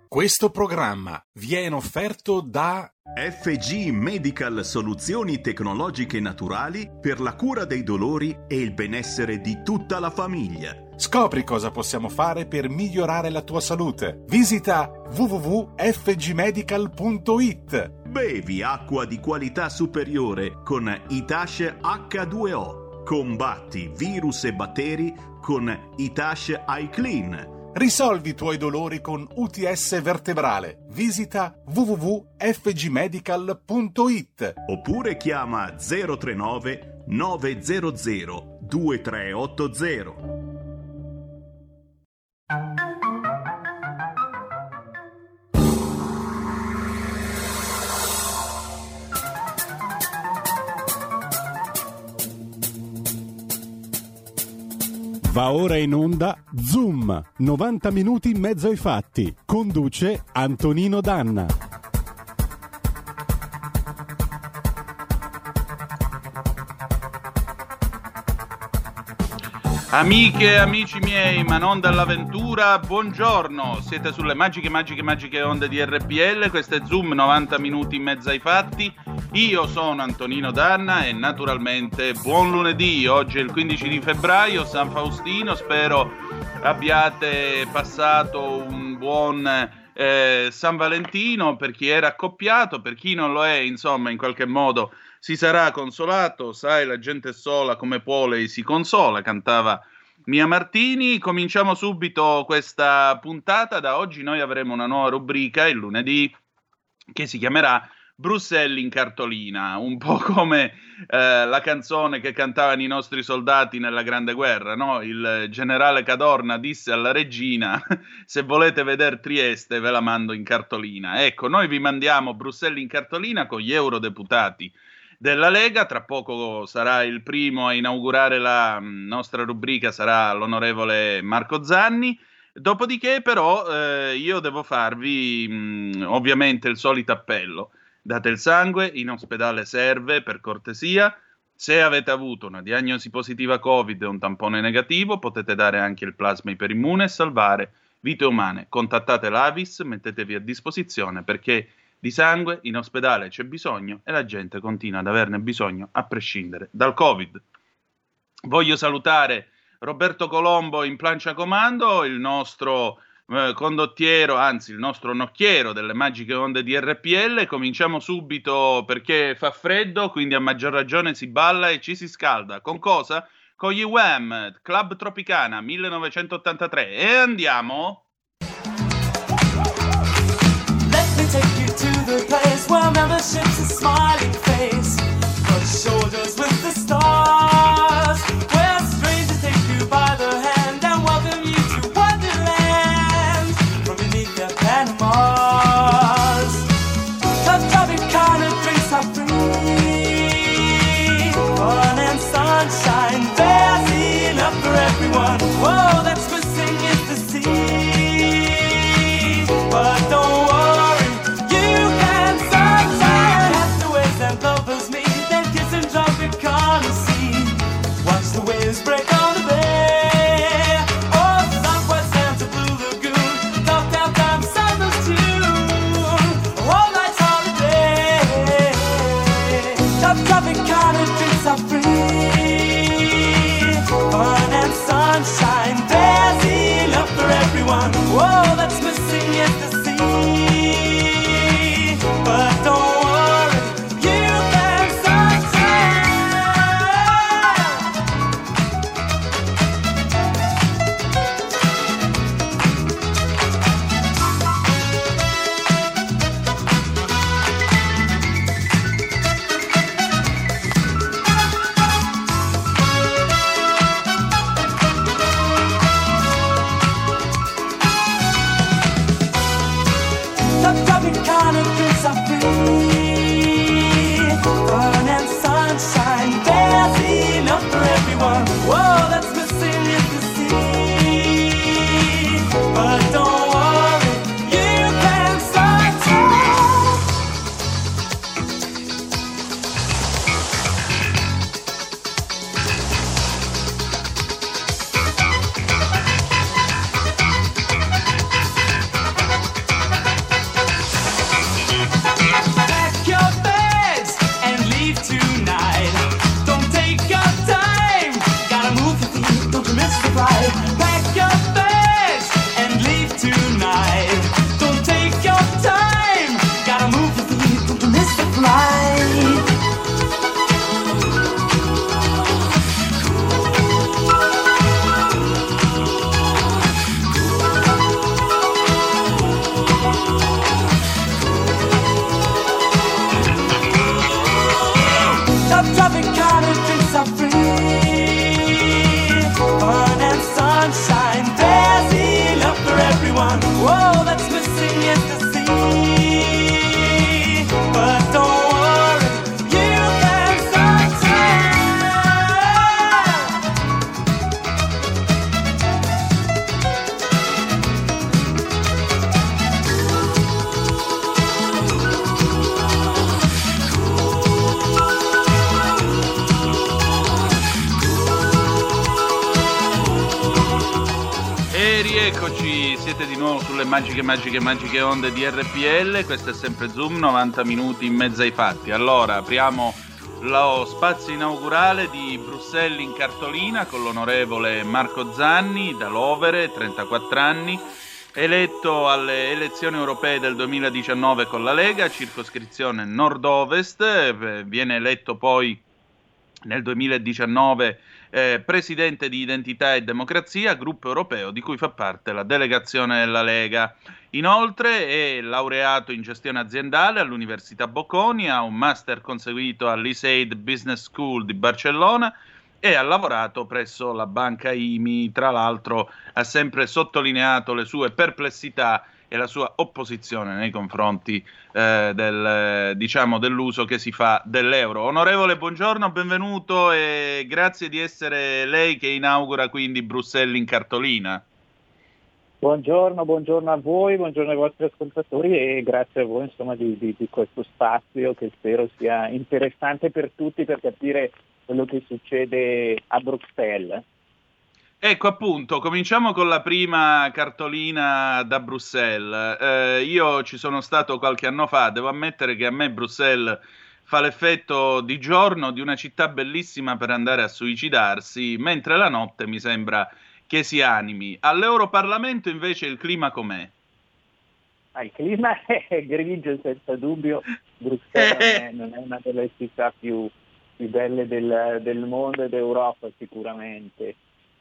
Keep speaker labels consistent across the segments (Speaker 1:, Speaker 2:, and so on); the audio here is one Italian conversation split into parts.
Speaker 1: Questo programma viene offerto da
Speaker 2: FG Medical Soluzioni tecnologiche naturali per la cura dei dolori e il benessere di tutta la famiglia.
Speaker 1: Scopri cosa possiamo fare per migliorare la tua salute. Visita www.fgmedical.it.
Speaker 2: Bevi acqua di qualità superiore con Itash H2O. Combatti virus e batteri con Itash iClean.
Speaker 1: Risolvi i tuoi dolori con UTS vertebrale. Visita www.fgmedical.it.
Speaker 2: Oppure chiama 039 900 2380.
Speaker 3: Va ora in onda Zoom, 90 minuti in mezzo ai fatti. Conduce Antonino Danna.
Speaker 4: Amiche e amici miei, ma non dall'avventura, buongiorno. Siete sulle magiche onde di RPL. Questo è Zoom, 90 minuti in mezzo ai fatti. Io sono Antonino Danna e naturalmente buon lunedì. Oggi è il 15 di febbraio, San Faustino. Spero abbiate passato un buon San Valentino per chi era accoppiato, per chi non lo è, insomma, in qualche modo si sarà consolato. Sai, la gente sola come può lei si consola, cantava Mia Martini. Cominciamo subito questa puntata. Da oggi noi avremo una nuova rubrica il lunedì che si chiamerà Bruxelles in cartolina, un po' come la canzone che cantavano i nostri soldati nella Grande Guerra, no? Il generale Cadorna disse alla regina: se volete vedere Trieste ve la mando in cartolina. Ecco, noi vi mandiamo Bruxelles in cartolina con gli eurodeputati della Lega. Tra poco sarà il primo a inaugurare la nostra rubrica, sarà l'onorevole Marco Zanni. Dopodiché però io devo farvi ovviamente il solito appello. Date il sangue, in ospedale serve, per cortesia. Se avete avuto una diagnosi positiva Covid e un tampone negativo, potete dare anche il plasma iperimmune e salvare vite umane. Contattate l'Avis, mettetevi a disposizione, perché di sangue in ospedale c'è bisogno e la gente continua ad averne bisogno a prescindere dal Covid. Voglio salutare Roberto Colombo in plancia comando, il nostro condottiero, anzi il nostro nocchiero delle magiche onde di RPL. Cominciamo subito perché fa freddo, quindi a maggior ragione si balla e ci si scalda. Con cosa? Con gli Wham, Club Tropicana 1983. E andiamo.
Speaker 5: Let me take you to the place where membership's a smiling face, but shoulders with the stars, where strangers take you by the hand and welcome you to Wonderland from beneath their Panamas. The Tropicana drinks are free, fun and sunshine, there's enough for everyone. Whoa, that's missing is the sea, but don't worry, you can sunshine. Castaways and lovers meet, then kiss and Tropicana one. Whoa, that's missing is the sea. But don't worry, you can start
Speaker 4: E rieccoci, siete di nuovo sulle magiche onde di RPL. Questo è sempre Zoom, 90 minuti in mezzo ai fatti. Allora, apriamo lo spazio inaugurale di Bruxelles in cartolina con l'onorevole Marco Zanni, da Lovere, 34 anni, eletto alle elezioni europee del 2019 con la Lega, circoscrizione nord-ovest. Viene eletto poi nel 2019 presidente di Identità e Democrazia, gruppo europeo di cui fa parte la delegazione della Lega. Inoltre è laureato in gestione aziendale all'Università Bocconi, ha un master conseguito all'ISEID Business School di Barcellona e ha lavorato presso la banca IMI. Tra l'altro ha sempre sottolineato le sue perplessità e la sua opposizione nei confronti dell'uso che si fa dell'euro. Onorevole, buongiorno, benvenuto e grazie di essere lei che inaugura quindi Bruxelles in cartolina.
Speaker 6: Buongiorno a voi, buongiorno ai vostri ascoltatori e grazie a voi insomma di questo spazio che spero sia interessante per tutti per capire quello che succede a Bruxelles.
Speaker 4: Ecco, appunto, cominciamo con la prima cartolina da Bruxelles. Io ci sono stato qualche anno fa, devo ammettere che a me Bruxelles fa l'effetto di giorno di una città bellissima per andare a suicidarsi, mentre la notte mi sembra che si animi. All'Europarlamento invece il clima com'è?
Speaker 6: Il clima è grigio senza dubbio, Bruxelles non è una delle città più belle del mondo e d'Europa sicuramente.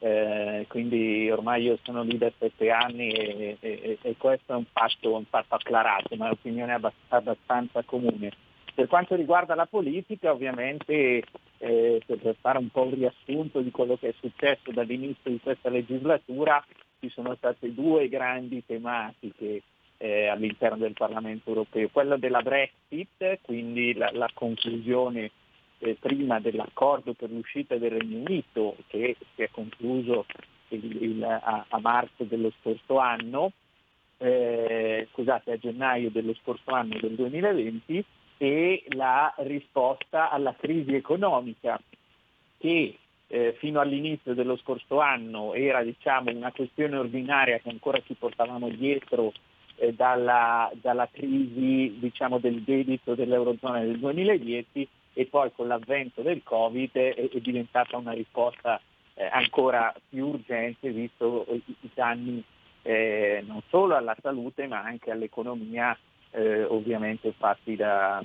Speaker 6: Quindi ormai io sono lì da 7 anni e questo è un fatto acclarato, ma è un'opinione abbastanza comune. Per quanto riguarda la politica, ovviamente, per fare un po' un riassunto di quello che è successo dall'inizio di questa legislatura, ci sono state 2 grandi tematiche all'interno del Parlamento europeo. Quella della Brexit, quindi la conclusione prima dell'accordo per l'uscita del Regno Unito, che si è concluso a marzo dello scorso anno, a gennaio dello scorso anno del 2020, e la risposta alla crisi economica che fino all'inizio dello scorso anno era una questione ordinaria che ancora ci portavamo dietro dalla crisi del debito dell'Eurozona del 2010, e poi con l'avvento del Covid è diventata una risposta ancora più urgente, visto i danni non solo alla salute ma anche all'economia ovviamente fatti da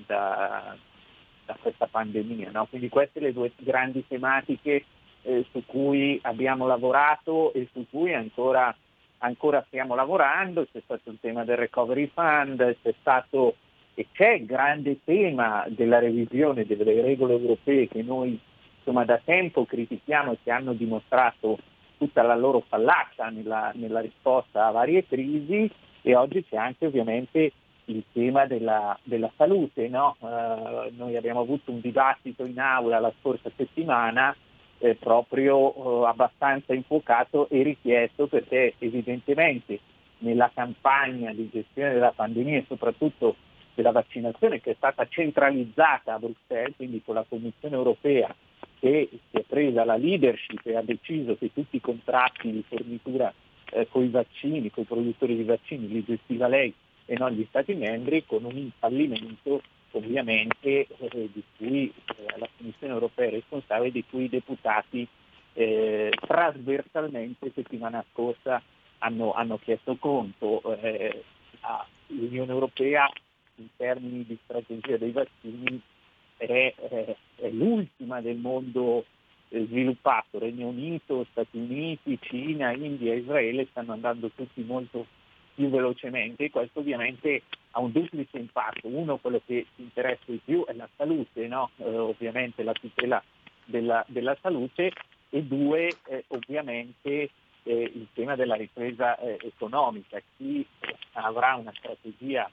Speaker 6: questa pandemia, no? Quindi queste le 2 grandi tematiche su cui abbiamo lavorato e su cui ancora stiamo lavorando. C'è stato il tema del Recovery Fund, c'è il grande tema della revisione delle regole europee che noi da tempo critichiamo e che hanno dimostrato tutta la loro fallacia nella risposta a varie crisi, e oggi c'è anche ovviamente il tema della salute, no? Noi abbiamo avuto un dibattito in aula la scorsa settimana proprio abbastanza infuocato e richiesto, perché evidentemente nella campagna di gestione della pandemia e soprattutto della vaccinazione, che è stata centralizzata a Bruxelles, quindi con la Commissione europea che si è presa la leadership e ha deciso che tutti i contratti di fornitura con i vaccini, con i produttori di vaccini li gestiva lei e non gli Stati membri, con un fallimento ovviamente di cui la Commissione europea è responsabile, di cui i deputati trasversalmente settimana scorsa hanno chiesto conto. L'Unione Europea in termini di strategia dei vaccini è l'ultima del mondo sviluppato. Regno Unito, Stati Uniti, Cina, India e Israele stanno andando tutti molto più velocemente, e questo ovviamente ha un duplice impatto. Uno, quello che ci interessa di più è la salute, no? Ovviamente la tutela della salute, e 2 ovviamente il tema della ripresa economica. Chi avrà una strategia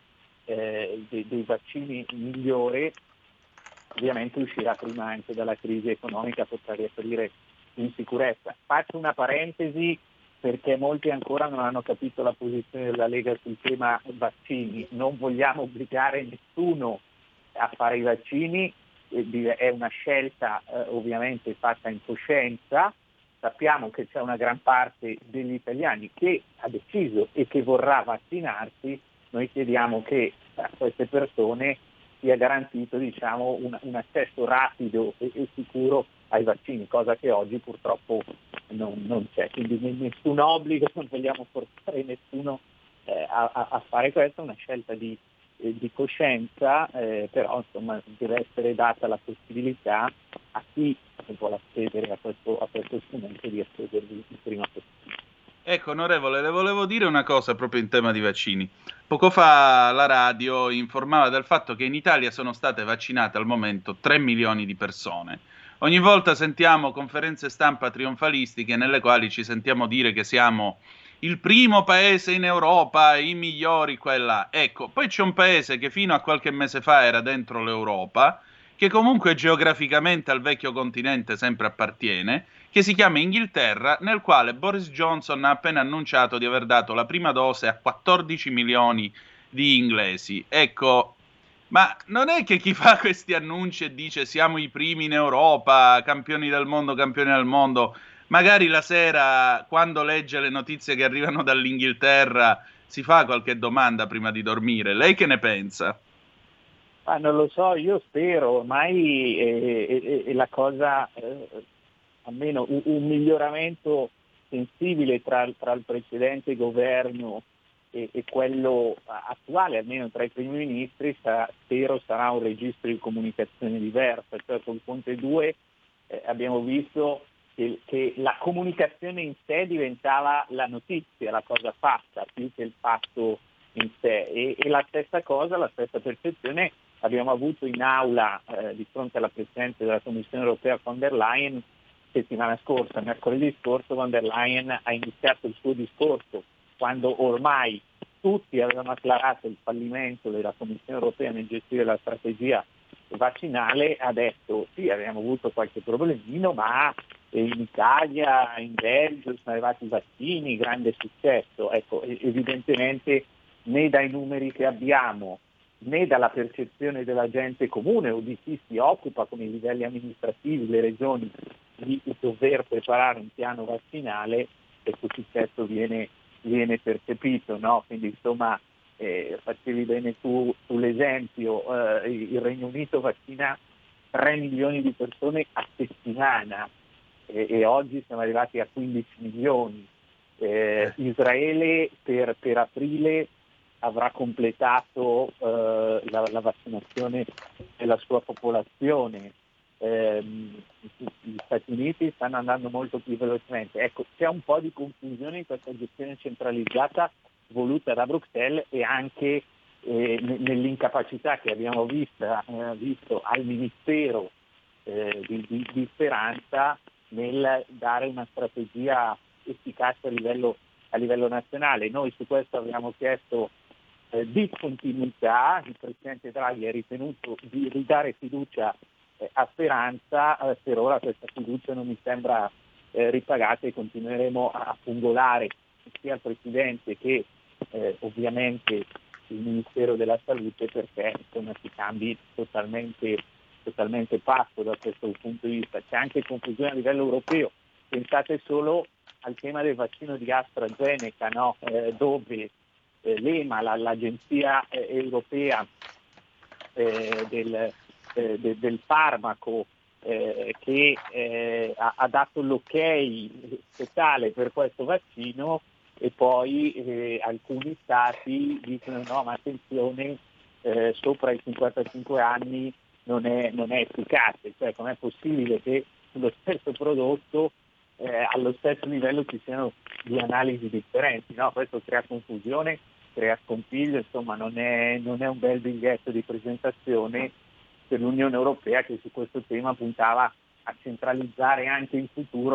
Speaker 6: dei vaccini migliore ovviamente uscirà prima anche dalla crisi economica, potrà riaprire in sicurezza. Faccio una parentesi perché molti ancora non hanno capito la posizione della Lega sul tema vaccini. Non vogliamo obbligare nessuno a fare i vaccini, è una scelta ovviamente fatta in coscienza. Sappiamo che c'è una gran parte degli italiani che ha deciso e che vorrà vaccinarsi. Noi chiediamo che a queste persone sia garantito un accesso rapido e sicuro ai vaccini, cosa che oggi purtroppo non c'è. Quindi nessun obbligo, non vogliamo forzare nessuno a fare questo, è una scelta di coscienza, però insomma deve essere data la possibilità a chi vuole accedere a questo strumento di accedervi il prima possibile.
Speaker 4: Ecco, onorevole, le volevo dire una cosa proprio in tema di vaccini. Poco fa la radio informava del fatto che in Italia sono state vaccinate al momento 3 milioni di persone. Ogni volta sentiamo conferenze stampa trionfalistiche nelle quali ci sentiamo dire che siamo il primo paese in Europa, i migliori qua e là. Ecco, poi c'è un paese che fino a qualche mese fa era dentro l'Europa, che comunque geograficamente al vecchio continente sempre appartiene, che si chiama Inghilterra, nel quale Boris Johnson ha appena annunciato di aver dato la prima dose a 14 milioni di inglesi. Ecco, ma non è che chi fa questi annunci e dice siamo i primi in Europa, campioni del mondo, magari la sera, quando legge le notizie che arrivano dall'Inghilterra, si fa qualche domanda prima di dormire. Lei che ne pensa?
Speaker 6: Non lo so, io spero, ormai è la cosa, almeno un miglioramento sensibile tra il precedente governo e quello attuale, almeno tra i primi ministri, spero sarà un registro di comunicazione diverso. Cioè con Conte 2 abbiamo visto che la comunicazione in sé diventava la notizia, la cosa fatta, più che il fatto in sé. E la stessa cosa, la stessa percezione abbiamo avuto in aula di fronte alla Presidente della Commissione Europea von der Leyen settimana scorsa, mercoledì scorso. Von der Leyen ha iniziato il suo discorso quando ormai tutti avevano acclarato il fallimento della Commissione Europea nel gestire la strategia vaccinale. Ha detto sì, abbiamo avuto qualche problemino, ma in Italia, in Belgio sono arrivati i vaccini, grande successo. Ecco, evidentemente né dai numeri che abbiamo né dalla percezione della gente comune o di chi si occupa con i livelli amministrativi, le regioni, di dover preparare un piano vaccinale, questo successo viene percepito, no? Quindi insomma facevi bene tu sull'esempio, il Regno Unito vaccina 3 milioni di persone a settimana e oggi siamo arrivati a 15 milioni. Israele per aprile avrà completato la vaccinazione della sua popolazione. Gli Stati Uniti stanno andando molto più velocemente. Ecco, c'è un po' di confusione in questa gestione centralizzata voluta da Bruxelles e anche nell'incapacità che abbiamo visto al Ministero di Speranza nel dare una strategia efficace a livello nazionale. Noi su questo abbiamo chiesto discontinuità. Il Presidente Draghi ha ritenuto di ridare fiducia a Speranza. Per ora questa fiducia non mi sembra ripagata e continueremo a pungolare sia il Presidente che ovviamente il Ministero della Salute perché insomma si cambi totalmente passo da questo punto di vista. C'è anche confusione a livello europeo. Pensate solo al tema del vaccino di AstraZeneca, no? Dove l'EMA, l'agenzia europea del farmaco, che ha dato l'ok totale per questo vaccino, e poi alcuni stati dicono no, ma attenzione, sopra i 55 anni non è efficace. Cioè, com'è possibile che sullo stesso prodotto allo stesso livello ci siano due analisi differenti? No? Questo crea confusione, crea scompiglio, insomma non è un bel biglietto di presentazione per l'Unione Europea, che su questo tema puntava a centralizzare anche in futuro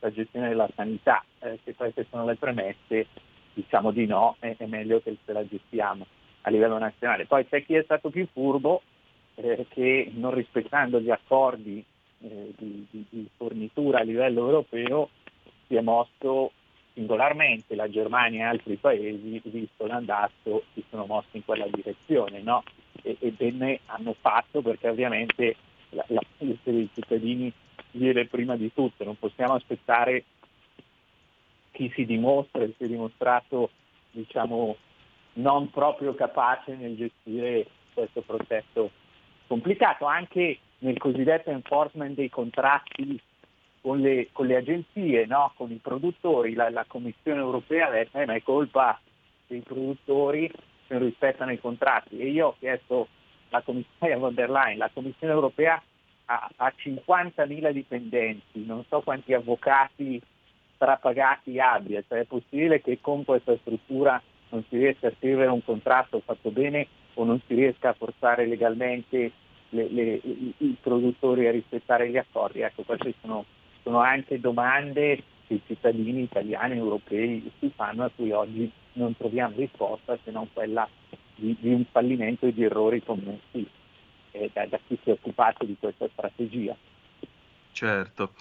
Speaker 6: la gestione della sanità. Se queste sono le premesse, diciamo di no, è meglio che se la gestiamo a livello nazionale. Poi c'è chi è stato più furbo, che non rispettando gli accordi di fornitura a livello europeo si è mosso singolarmente. La Germania e altri paesi, visto l'andazzo, si sono mossi in quella direzione, no? E bene hanno fatto, perché ovviamente la salute dei cittadini viene prima di tutto. Non possiamo aspettare chi si è dimostrato, diciamo, non proprio capace nel gestire questo processo complicato, anche nel cosiddetto enforcement dei contratti con le agenzie, no? Con i produttori. La Commissione europea ha detto ma è colpa dei produttori se non rispettano i contratti, e io ho chiesto alla Commissaria von der Leyen, la Commissione europea ha 50.000 dipendenti, non so quanti avvocati strapagati abbia, cioè è possibile che con questa struttura non si riesca a scrivere un contratto fatto bene, o non si riesca a forzare legalmente i produttori a rispettare gli accordi? Ecco, queste sono anche domande che i cittadini italiani e europei si fanno, a cui oggi non troviamo risposta, se non quella di un fallimento e di errori commessi da chi si è occupato di questa strategia.
Speaker 4: Certo.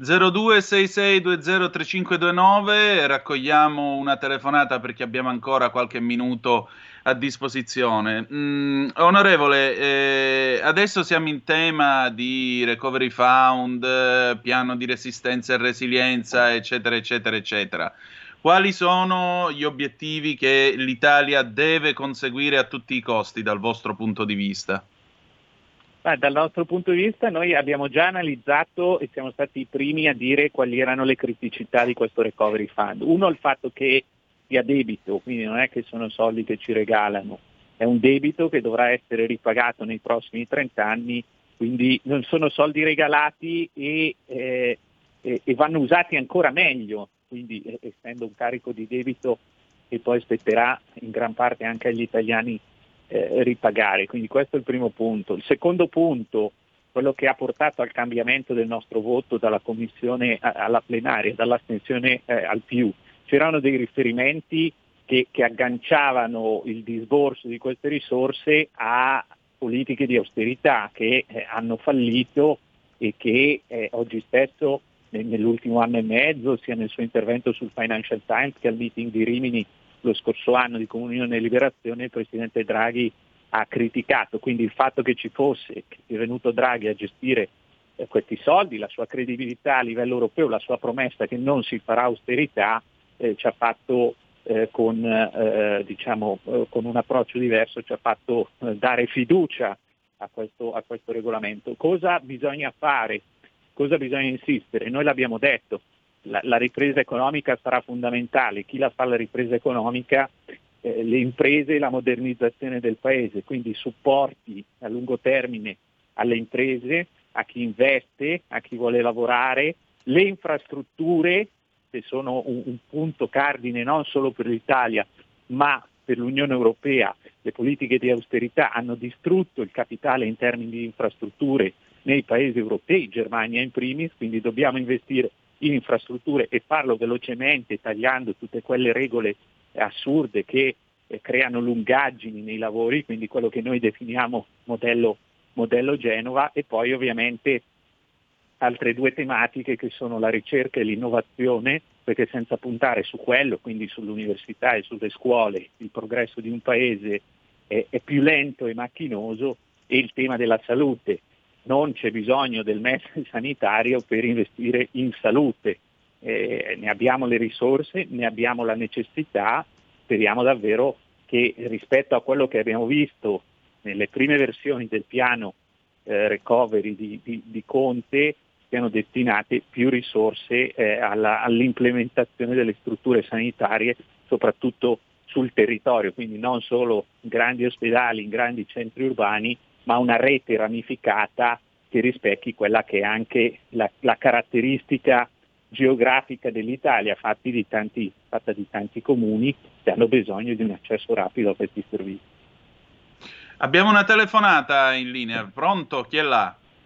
Speaker 4: 0266203529, raccogliamo una telefonata perché abbiamo ancora qualche minuto a disposizione. Onorevole, adesso siamo in tema di Recovery Fund, piano di resistenza e resilienza, eccetera, eccetera, eccetera. Quali sono gli obiettivi che l'Italia deve conseguire a tutti i costi dal vostro punto di vista?
Speaker 6: Dal nostro punto di vista noi abbiamo già analizzato e siamo stati i primi a dire quali erano le criticità di questo Recovery Fund. Uno, il fatto che sia debito, quindi non è che sono soldi che ci regalano, è un debito che dovrà essere ripagato nei prossimi 30 anni, quindi non sono soldi regalati e vanno usati ancora meglio, quindi essendo un carico di debito che poi spetterà in gran parte anche agli italiani ripagare. Quindi questo è il primo punto. Il secondo punto, quello che ha portato al cambiamento del nostro voto dalla commissione alla plenaria, dall'astensione al più, c'erano dei riferimenti che agganciavano il disborso di queste risorse a politiche di austerità che hanno fallito e che oggi stesso nell'ultimo anno e mezzo, sia nel suo intervento sul Financial Times che al meeting di Rimini lo scorso anno di Comunione e Liberazione, il Presidente Draghi ha criticato. Quindi il fatto che ci fosse, che sia venuto Draghi a gestire questi soldi, la sua credibilità a livello europeo, la sua promessa che non si farà austerità, ci ha fatto con un approccio diverso, ci ha fatto dare fiducia a questo regolamento. Cosa bisogna fare? Cosa bisogna insistere? Noi l'abbiamo detto. La ripresa economica sarà fondamentale. Chi la fa la ripresa economica? Le imprese e la modernizzazione del paese, quindi supporti a lungo termine alle imprese, a chi investe, a chi vuole lavorare, le infrastrutture che sono un punto cardine non solo per l'Italia ma per l'Unione Europea. Le politiche di austerità hanno distrutto il capitale in termini di infrastrutture nei paesi europei, Germania in primis, quindi dobbiamo investire in infrastrutture e farlo velocemente, tagliando tutte quelle regole assurde che creano lungaggini nei lavori, quindi quello che noi definiamo modello Genova. E poi ovviamente altre due tematiche che sono la ricerca e l'innovazione, perché senza puntare su quello, quindi sull'università e sulle scuole, il progresso di un paese è più lento e macchinoso. E il tema della salute. Non c'è bisogno del MES sanitario per investire in salute, ne abbiamo le risorse, ne abbiamo la necessità. Speriamo davvero che rispetto a quello che abbiamo visto nelle prime versioni del piano recovery di Conte siano destinate più risorse all'implementazione delle strutture sanitarie, soprattutto sul territorio, quindi non solo in grandi ospedali, in grandi centri urbani, ma una rete ramificata che rispecchi quella che è anche la caratteristica geografica dell'Italia, fatta di tanti comuni che hanno bisogno di un accesso rapido a questi servizi.
Speaker 4: Abbiamo una telefonata in linea, pronto? Chi è là?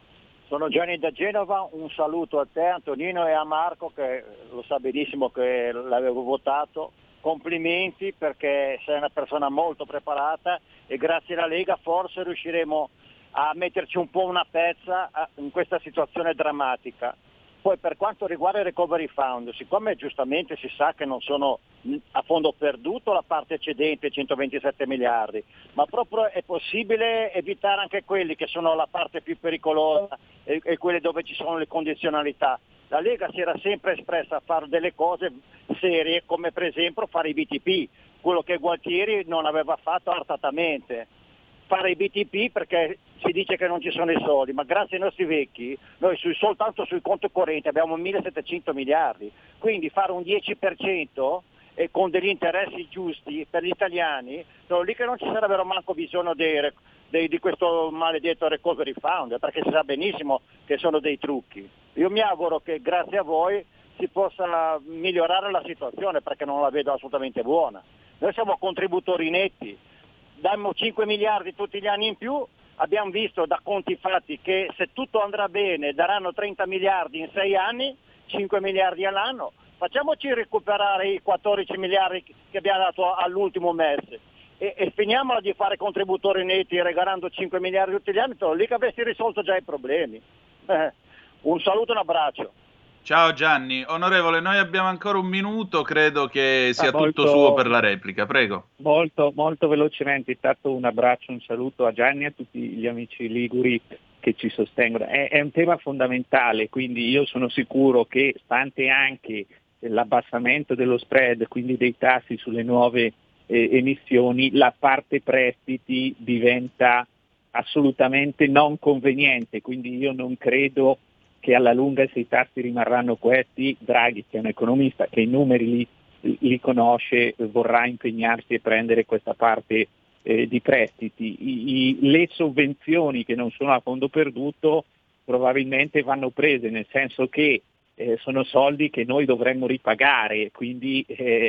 Speaker 7: Sono Gianni da Genova, un saluto a te Antonino e a Marco, che lo sa benissimo che l'avevo votato. Complimenti, perché sei una persona molto preparata e grazie alla Lega forse riusciremo a metterci un po' una pezza in questa situazione drammatica. Poi per quanto riguarda il Recovery Fund, siccome giustamente si sa che non sono a fondo perduto la parte eccedente 127 miliardi, ma proprio è possibile evitare anche quelli che sono la parte più pericolosa e quelle dove ci sono le condizionalità. La Lega si era sempre espressa a fare delle cose serie, come per esempio fare i BTP, quello che Gualtieri non aveva fatto artatamente. Fare i BTP perché si dice che non ci sono i soldi, ma grazie ai nostri vecchi noi soltanto sui conti correnti abbiamo 1.700 miliardi, quindi fare un 10% e con degli interessi giusti per gli italiani, sono lì che non ci sarebbero manco bisogno di questo maledetto Recovery Fund, perché si sa benissimo che sono dei trucchi. Io mi auguro che grazie a voi si possa migliorare la situazione, perché non la vedo assolutamente buona. Noi siamo contributori netti, dammo 5 miliardi tutti gli anni in più, abbiamo visto da conti fatti che se tutto andrà bene daranno 30 miliardi in 6 anni, 5 miliardi all'anno, facciamoci recuperare i 14 miliardi che abbiamo dato all'ultimo mese e finiamola di fare contributori netti regalando 5 miliardi tutti gli anni, lì che avresti risolto già i problemi. Un saluto e un abbraccio.
Speaker 4: Ciao Gianni, onorevole, noi abbiamo ancora un minuto, credo che sia tutto suo per la replica, prego.
Speaker 6: Molto, molto velocemente, intanto un abbraccio, un saluto a Gianni e a tutti gli amici liguri che ci sostengono. È un tema fondamentale, quindi io sono sicuro che, stante anche l'abbassamento dello spread, quindi dei tassi sulle nuove emissioni, la parte prestiti diventa assolutamente non conveniente, quindi io non credo che alla lunga, se i tassi rimarranno questi, Draghi, che è un economista che i numeri li conosce, vorrà impegnarsi e prendere questa parte di prestiti. Le sovvenzioni che non sono a fondo perduto probabilmente vanno prese, nel senso che sono soldi che noi dovremmo ripagare, quindi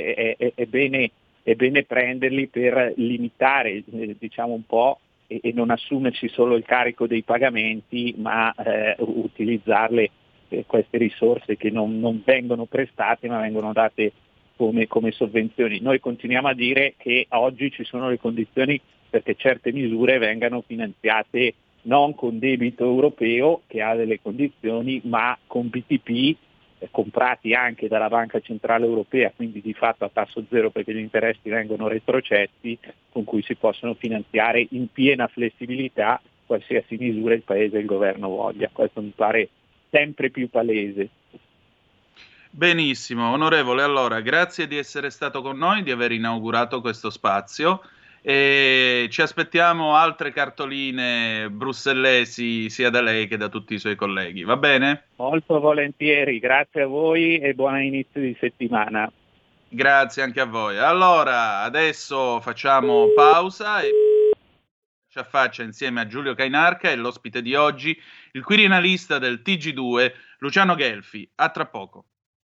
Speaker 6: è bene prenderli per limitare diciamo un po' e non assumersi solo il carico dei pagamenti, ma utilizzarle queste risorse che non vengono prestate ma vengono date come sovvenzioni. Noi continuiamo a dire che oggi ci sono le condizioni perché certe misure vengano finanziate non con debito europeo che ha delle condizioni, ma con BTP comprati anche dalla Banca Centrale Europea, quindi di fatto a tasso zero perché gli interessi vengono retrocessi, con cui si possono finanziare in piena flessibilità qualsiasi misura il Paese e il Governo voglia. Questo mi pare sempre più palese.
Speaker 4: Benissimo, onorevole, allora grazie di essere stato con noi, di aver inaugurato questo spazio e ci aspettiamo altre cartoline brussellesi sia da lei che da tutti i suoi colleghi, va bene?
Speaker 6: Molto volentieri, grazie a voi e buon inizio di settimana.
Speaker 4: Grazie anche a voi. Allora, adesso facciamo pausa e ci affaccia insieme a Giulio Cainarca e l'ospite di oggi, il quirinalista del TG2, Luciano Gelfi. A tra poco.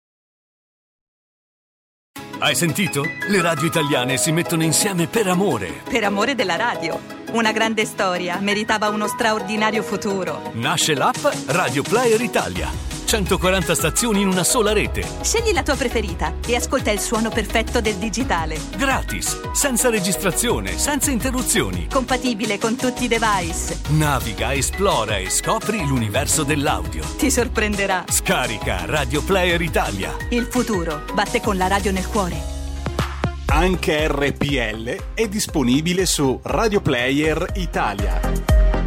Speaker 8: Hai sentito? Le radio italiane si mettono insieme per amore.
Speaker 9: Per amore della radio. Una grande storia meritava uno straordinario futuro.
Speaker 8: Nasce l'app Radio Player Italia. 140 stazioni in una sola rete.
Speaker 9: Scegli la tua preferita e ascolta il suono perfetto del digitale.
Speaker 8: Gratis, senza registrazione, senza interruzioni.
Speaker 9: Compatibile con tutti i device.
Speaker 8: Naviga, esplora e scopri l'universo dell'audio.
Speaker 9: Ti sorprenderà.
Speaker 8: Scarica Radio Player Italia.
Speaker 9: Il futuro batte con la radio nel cuore.
Speaker 3: Anche RPL è disponibile su Radio Player Italia.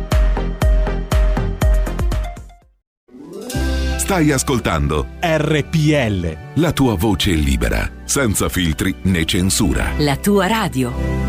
Speaker 10: Stai ascoltando
Speaker 3: RPL,
Speaker 10: la tua voce libera, senza filtri né censura.
Speaker 9: La tua radio.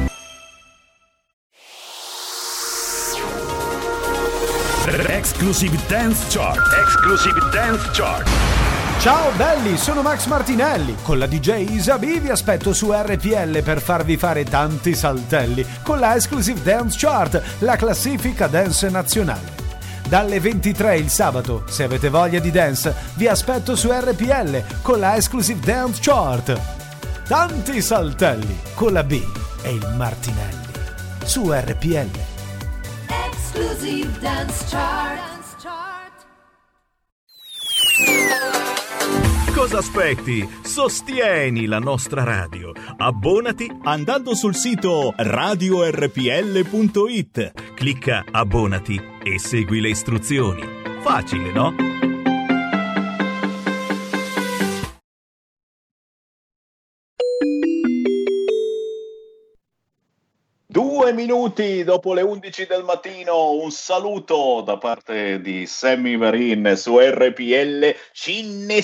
Speaker 8: Exclusive Dance Chart. Exclusive Dance Chart.
Speaker 11: Ciao belli, sono Max Martinelli. Con la DJ Isabi vi aspetto su RPL per farvi fare tanti saltelli con la Exclusive Dance Chart, la classifica dance nazionale. Dalle 23 il sabato, se avete voglia di dance, vi aspetto su RPL con la Exclusive Dance Chart. Tanti saltelli con la B e il Martinelli su RPL.
Speaker 12: Exclusive Dance Chart.
Speaker 2: Cosa aspetti? Sostieni la nostra radio. Abbonati andando sul sito radiorpl.it. Clicca abbonati e segui le istruzioni. Facile, no?
Speaker 12: Due minuti dopo le 11 del mattino, un saluto da parte di Sammy Varin su RPL. Ci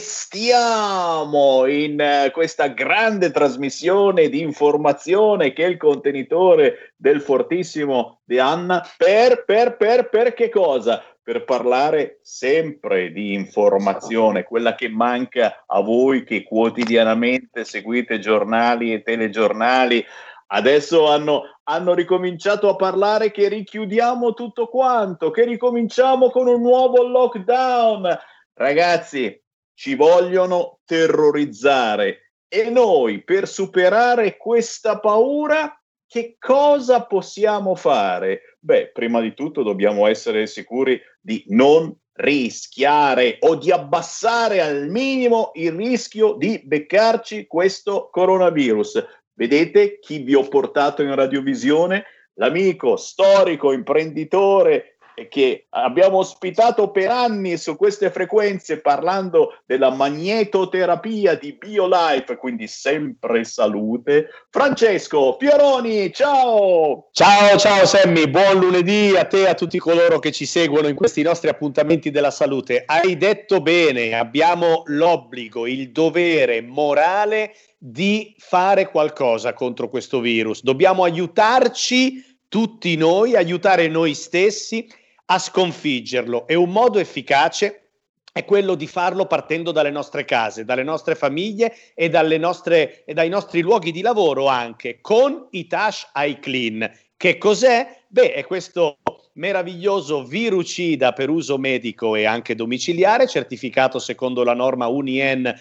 Speaker 12: innestiamo in questa grande trasmissione di informazione che è il contenitore del fortissimo di Anna per che cosa? Per parlare sempre di informazione, quella che manca a voi che quotidianamente seguite giornali e telegiornali. Adesso hanno ricominciato a parlare che richiudiamo tutto quanto, che ricominciamo con un nuovo lockdown. Ragazzi, ci vogliono terrorizzare e noi per superare questa paura che cosa possiamo fare? Beh, prima di tutto dobbiamo essere sicuri di non rischiare o di abbassare al minimo il rischio di beccarci questo coronavirus. Vedete chi vi ho portato in radiovisione? L'amico storico imprenditore che abbiamo ospitato per anni su queste frequenze parlando della magnetoterapia di BioLife, quindi sempre salute. Francesco Fioroni, ciao!
Speaker 13: Ciao Sammy, buon lunedì a te e a tutti coloro che ci seguono in questi nostri appuntamenti della salute. Hai detto bene, abbiamo l'obbligo, il dovere morale di fare qualcosa contro questo virus. Dobbiamo aiutarci tutti noi, aiutare noi stessi a sconfiggerlo, e un modo efficace è quello di farlo partendo dalle nostre case, dalle nostre famiglie e dai nostri luoghi di lavoro, anche con Itash iClean. Che cos'è? Beh, è questo meraviglioso virucida per uso medico e anche domiciliare, certificato secondo la norma UNIEN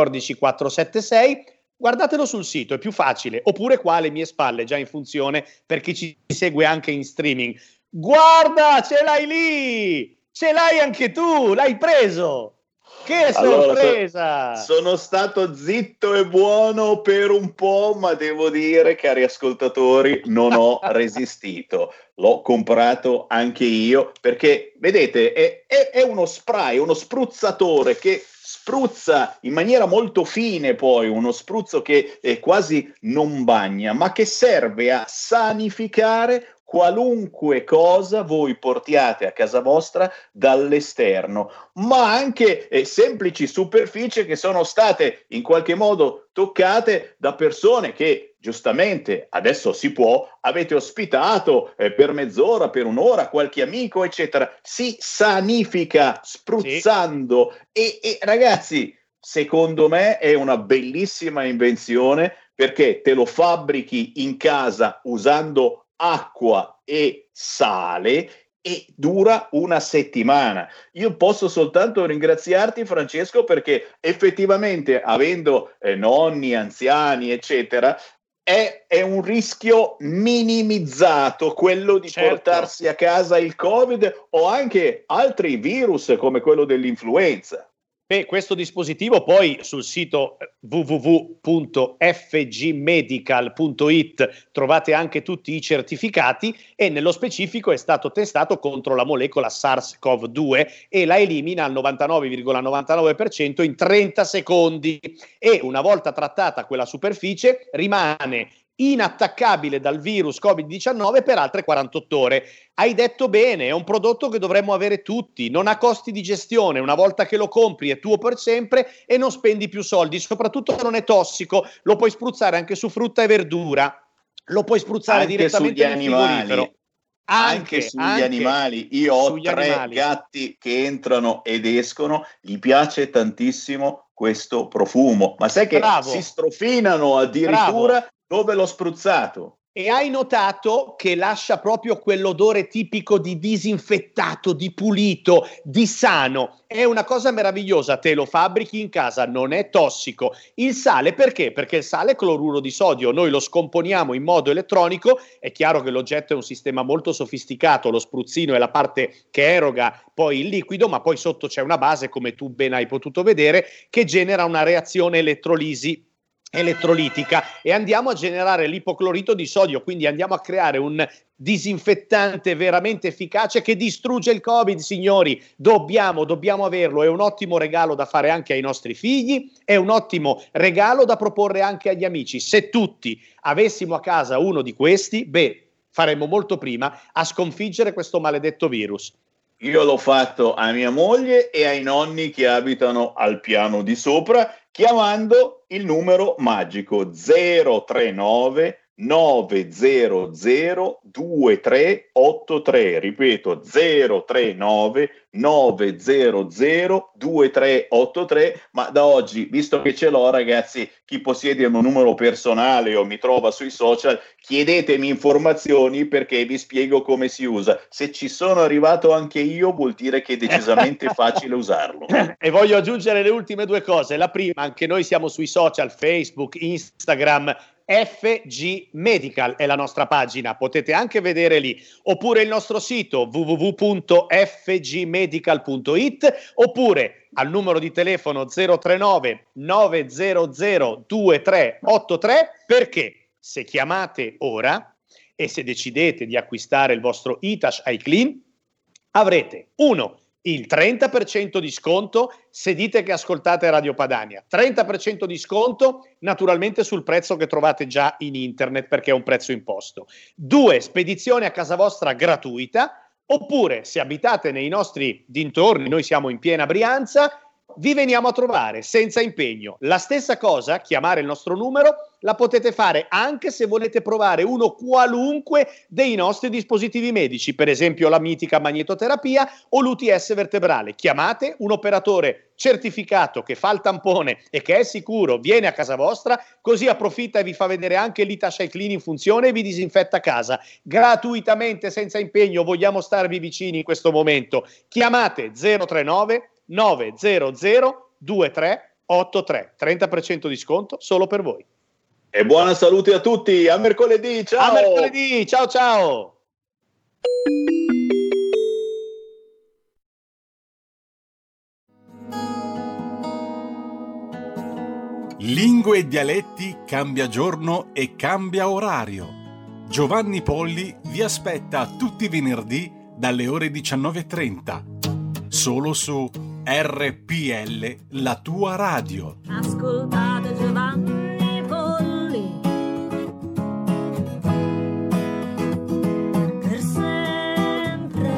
Speaker 13: 14476. Guardatelo sul sito, è più facile, oppure qua alle mie spalle, già in funzione per chi ci segue anche in streaming. Guarda, ce l'hai lì! Ce l'hai anche tu! L'hai preso! Che sorpresa!
Speaker 12: Allora, sono stato zitto e buono per un po', ma devo dire, cari ascoltatori, non ho resistito. L'ho comprato anche io, perché, vedete, è uno spray, uno spruzzatore che spruzza in maniera molto fine, poi uno spruzzo che quasi non bagna, ma che serve a sanificare qualunque cosa voi portiate a casa vostra dall'esterno, ma anche semplici superfici che sono state in qualche modo toccate da persone che giustamente adesso si può, avete ospitato per mezz'ora, per un'ora, qualche amico, eccetera. Si sanifica spruzzando. Sì. E ragazzi, secondo me è una bellissima invenzione, perché te lo fabbrichi in casa usando acqua e sale e dura una settimana. Io posso soltanto ringraziarti, Francesco, perché effettivamente, avendo nonni, anziani, eccetera, è un rischio minimizzato quello di portarsi a casa il Covid o anche altri virus come quello dell'influenza.
Speaker 13: E questo dispositivo poi sul sito www.fgmedical.it trovate anche tutti i certificati, e nello specifico è stato testato contro la molecola SARS-CoV-2 e la elimina al 99,99% in 30 secondi, e una volta trattata quella superficie rimane inattaccabile dal virus Covid-19 per altre 48 ore. Hai detto bene, è un prodotto che dovremmo avere tutti, non ha costi di gestione, una volta che lo compri è tuo per sempre e non spendi più soldi, soprattutto non è tossico, lo puoi spruzzare anche su frutta e verdura, lo puoi spruzzare anche direttamente nel frigorifero.
Speaker 12: Anche sugli animali. Io ho 3 gatti che entrano ed escono, gli piace tantissimo questo profumo, ma sai che si strofinano addirittura. Dove l'ho spruzzato?
Speaker 13: E hai notato che lascia proprio quell'odore tipico di disinfettato, di pulito, di sano. È una cosa meravigliosa, te lo fabbrichi in casa, non è tossico. Il sale perché? Perché il sale è cloruro di sodio, noi lo scomponiamo in modo elettronico, è chiaro che l'oggetto è un sistema molto sofisticato, lo spruzzino è la parte che eroga poi il liquido, ma poi sotto c'è una base, come tu ben hai potuto vedere, che genera una reazione elettrolitica e andiamo a generare l'ipoclorito di sodio, quindi andiamo a creare un disinfettante veramente efficace che distrugge il Covid, signori. Dobbiamo averlo, è un ottimo regalo da fare anche ai nostri figli, è un ottimo regalo da proporre anche agli amici. Se tutti avessimo a casa uno di questi, faremmo molto prima a sconfiggere questo maledetto virus.
Speaker 12: Io l'ho fatto a mia moglie e ai nonni che abitano al piano di sopra, chiamando il numero magico 039 900 2383, ripeto 039 900 2383, ma da oggi, visto che ce l'ho ragazzi, chi possiede il mio numero personale o mi trova sui social, chiedetemi informazioni perché vi spiego come si usa. Se ci sono arrivato anche io vuol dire che è decisamente facile usarlo.
Speaker 13: E voglio aggiungere le ultime due cose. La prima, anche noi siamo sui social, Facebook, Instagram, FG Medical è la nostra pagina, potete anche vedere lì, oppure il nostro sito www.fgmedical.it, oppure al numero di telefono 039 900 2383, perché se chiamate ora e se decidete di acquistare il vostro Itash iClean avrete il 30% di sconto se dite che ascoltate Radio Padania, 30% di sconto naturalmente sul prezzo che trovate già in internet perché è un prezzo imposto, 2 spedizione a casa vostra gratuita, oppure se abitate nei nostri dintorni, noi siamo in piena Brianza, vi veniamo a trovare senza impegno. La stessa cosa, chiamare il nostro numero, la potete fare anche se volete provare uno qualunque dei nostri dispositivi medici, per esempio la mitica magnetoterapia o l'UTS vertebrale. Chiamate un operatore certificato che fa il tampone e che è sicuro, viene a casa vostra, così approfitta e vi fa vedere anche l'Itash iClean in funzione e vi disinfetta casa gratuitamente, senza impegno. Vogliamo starvi vicini in questo momento. Chiamate 039 900 2383, 30% di sconto solo per voi.
Speaker 12: E buona salute a tutti, a mercoledì, ciao!
Speaker 13: A mercoledì, ciao ciao!
Speaker 1: Lingue e dialetti cambia giorno e cambia orario. Giovanni Polli vi aspetta tutti i venerdì dalle ore 19:30, solo su RPL, la tua radio.
Speaker 14: Ascoltate Giovanni Polli per sempre.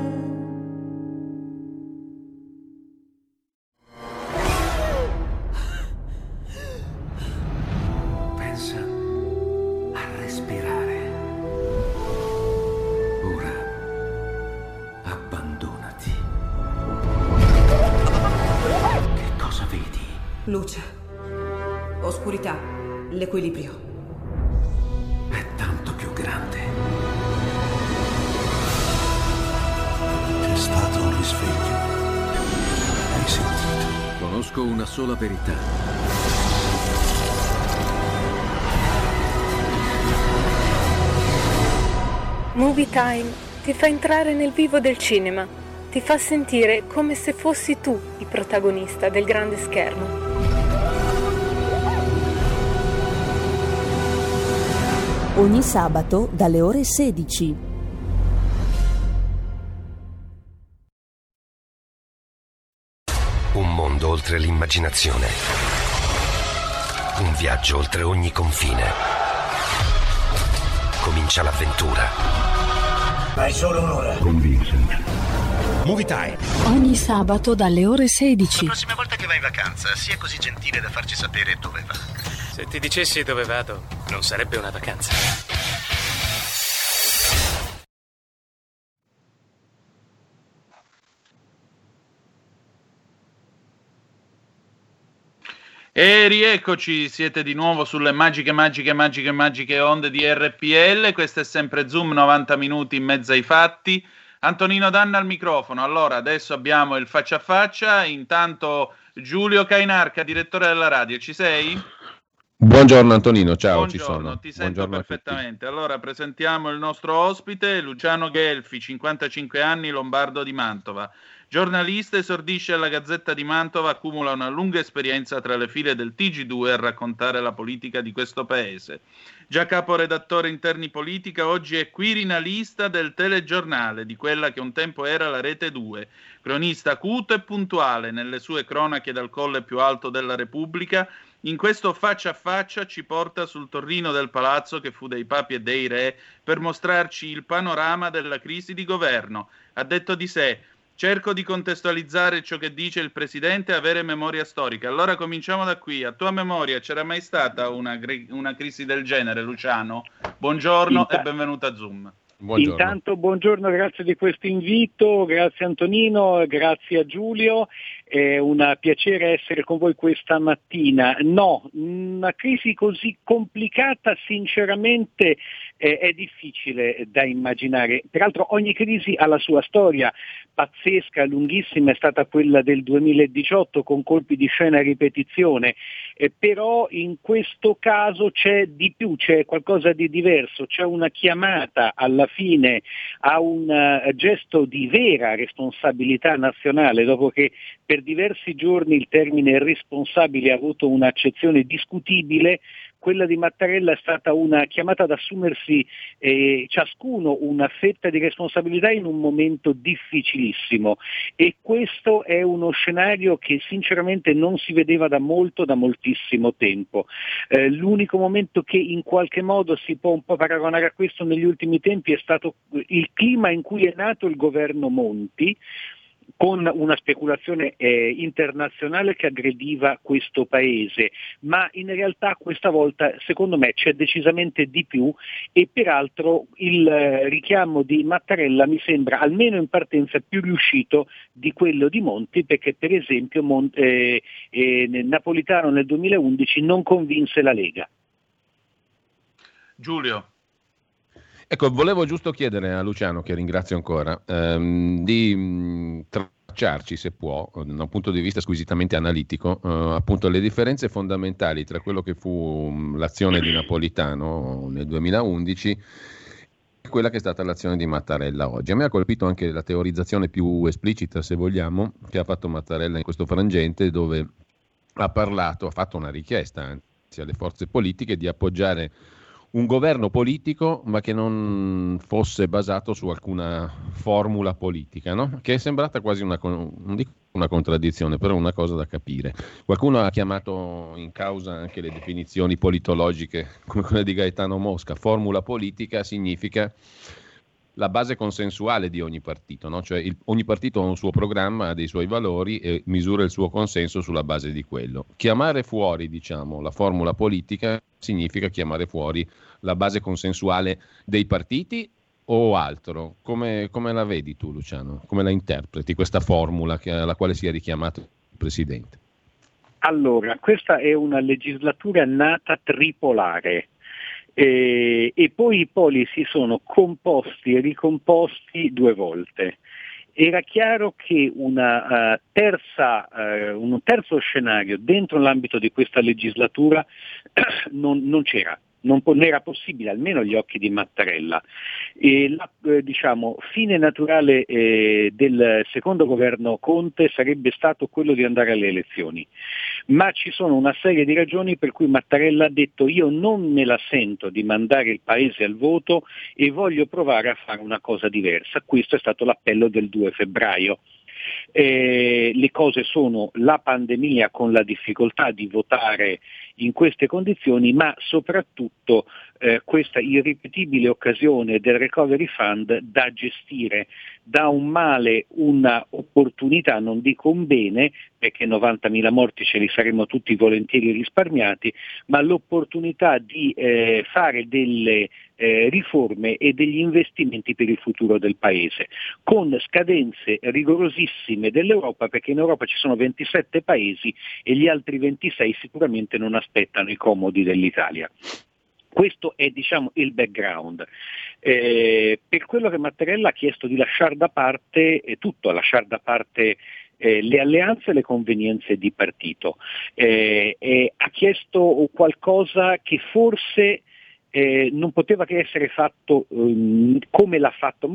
Speaker 15: Pensa a respirare. Ora abbandonati. Che cosa vedi?
Speaker 16: Luce, oscurità, l'equilibrio.
Speaker 15: È tanto più grande.
Speaker 17: C'è stato un risveglio. Hai sentito?
Speaker 15: Conosco una sola verità.
Speaker 18: Movie Time ti fa entrare nel vivo del cinema, ti fa sentire come se fossi tu il protagonista del grande schermo.
Speaker 19: Ogni sabato dalle ore 16.
Speaker 20: Un mondo oltre l'immaginazione. Un viaggio oltre ogni confine. Comincia l'avventura.
Speaker 17: Hai solo un'ora. Con Vincent.
Speaker 20: Movie Time.
Speaker 19: Ogni sabato dalle ore 16.
Speaker 20: La prossima volta che vai in vacanza, sia così gentile da farci sapere dove va.
Speaker 21: Se ti dicessi dove vado, non sarebbe una vacanza.
Speaker 4: E rieccoci, siete di nuovo sulle magiche onde di RPL. Questo è sempre Zoom, 90 minuti in mezzo ai fatti. Antonino Danna al microfono. Allora, adesso abbiamo il faccia a faccia. Intanto Giulio Cainarca, direttore della radio, ci sei?
Speaker 5: Buongiorno Antonino, ciao,
Speaker 4: Buongiorno,
Speaker 5: ci sono.
Speaker 4: Ti sento
Speaker 5: Buongiorno
Speaker 4: perfettamente. Allora, presentiamo il nostro ospite, Luciano Gelfi, 55 anni, lombardo di Mantova. Giornalista, esordisce alla Gazzetta di Mantova, accumula una lunga esperienza tra le file del TG2 a raccontare la politica di questo paese. Già caporedattore interni politica, oggi è quirinalista del telegiornale, di quella che un tempo era la Rete 2. Cronista acuto e puntuale nelle sue cronache dal colle più alto della Repubblica. In questo faccia a faccia ci porta sul torrino del palazzo che fu dei papi e dei re per mostrarci il panorama della crisi di governo. Ha detto di sé: cerco di contestualizzare ciò che dice il Presidente e avere memoria storica. Allora cominciamo da qui. A tua memoria c'era mai stata una crisi del genere, Luciano? Buongiorno e benvenuto a Zoom.
Speaker 5: Buongiorno.
Speaker 22: Intanto buongiorno, grazie di questo invito, grazie Antonino, grazie a Giulio, è un piacere essere con voi questa mattina. No, una crisi così complicata sinceramente è difficile da immaginare, peraltro ogni crisi ha la sua storia. Pazzesca, lunghissima è stata quella del 2018 con colpi di scena a ripetizione, però in questo caso c'è di più, c'è qualcosa di diverso, c'è una chiamata alla fine a un gesto di vera responsabilità nazionale, dopo che per diversi giorni il termine responsabile ha avuto un'accezione discutibile. Quella di Mattarella è stata una chiamata ad assumersi ciascuno una fetta di responsabilità in un momento difficilissimo, e questo è uno scenario che sinceramente non si vedeva da moltissimo tempo. L'unico momento che in qualche modo si può un po' paragonare a questo negli ultimi tempi è stato il clima in cui è nato il governo Monti, con una speculazione internazionale che aggrediva questo paese, ma in realtà questa volta secondo me c'è decisamente di più, e peraltro il richiamo di Mattarella mi sembra almeno in partenza più riuscito di quello di Monti, perché per esempio Napolitano nel 2011 non convinse la Lega.
Speaker 4: Giulio.
Speaker 5: Ecco, volevo giusto chiedere a Luciano, che ringrazio ancora, di tracciarci, se può, da un punto di vista squisitamente analitico, appunto le differenze fondamentali tra quello che fu l'azione di Napolitano nel 2011 e quella che è stata l'azione di Mattarella oggi. A me ha colpito anche la teorizzazione più esplicita, se vogliamo, che ha fatto Mattarella in questo frangente, dove ha fatto una richiesta, anzi, alle forze politiche di appoggiare un governo politico, ma che non fosse basato su alcuna formula politica, no? Che è sembrata quasi non dico una contraddizione, però una cosa da capire. Qualcuno ha chiamato in causa anche le definizioni politologiche, come quella di Gaetano Mosca. Formula politica significa la base consensuale di ogni partito, no? Cioè ogni partito ha un suo programma, ha dei suoi valori e misura il suo consenso sulla base di quello. Chiamare fuori, diciamo, la formula politica significa chiamare fuori la base consensuale dei partiti o altro? Come la vedi tu, Luciano? Come la interpreti questa formula alla quale si è richiamato il Presidente?
Speaker 22: Allora, questa è una legislatura nata tripolare. E poi i poli si sono composti e ricomposti 2 volte. Era chiaro che un terzo scenario dentro l'ambito di questa legislatura non c'era. Non era possibile, almeno agli occhi di Mattarella. La fine naturale del secondo governo Conte sarebbe stato quello di andare alle elezioni, ma ci sono una serie di ragioni per cui Mattarella ha detto: io non me la sento di mandare il paese al voto e voglio provare a fare una cosa diversa. Questo è stato l'appello del 2 febbraio. Le cose sono la pandemia con la difficoltà di votare in queste condizioni, ma soprattutto questa irripetibile occasione del Recovery Fund da gestire, da un male una opportunità, non dico un bene, perché 90.000 morti ce li saremmo tutti volentieri risparmiati, ma l'opportunità di fare delle riforme e degli investimenti per il futuro del Paese, con scadenze rigorosissime dell'Europa, perché in Europa ci sono 27 paesi e gli altri 26 sicuramente non aspettano i comodi dell'Italia. Questo è, diciamo, il background. Per quello che Mattarella ha chiesto di lasciare da parte tutto, lasciare da parte le alleanze e le convenienze di partito. Ha chiesto qualcosa che forse non poteva che essere fatto come l'ha fatto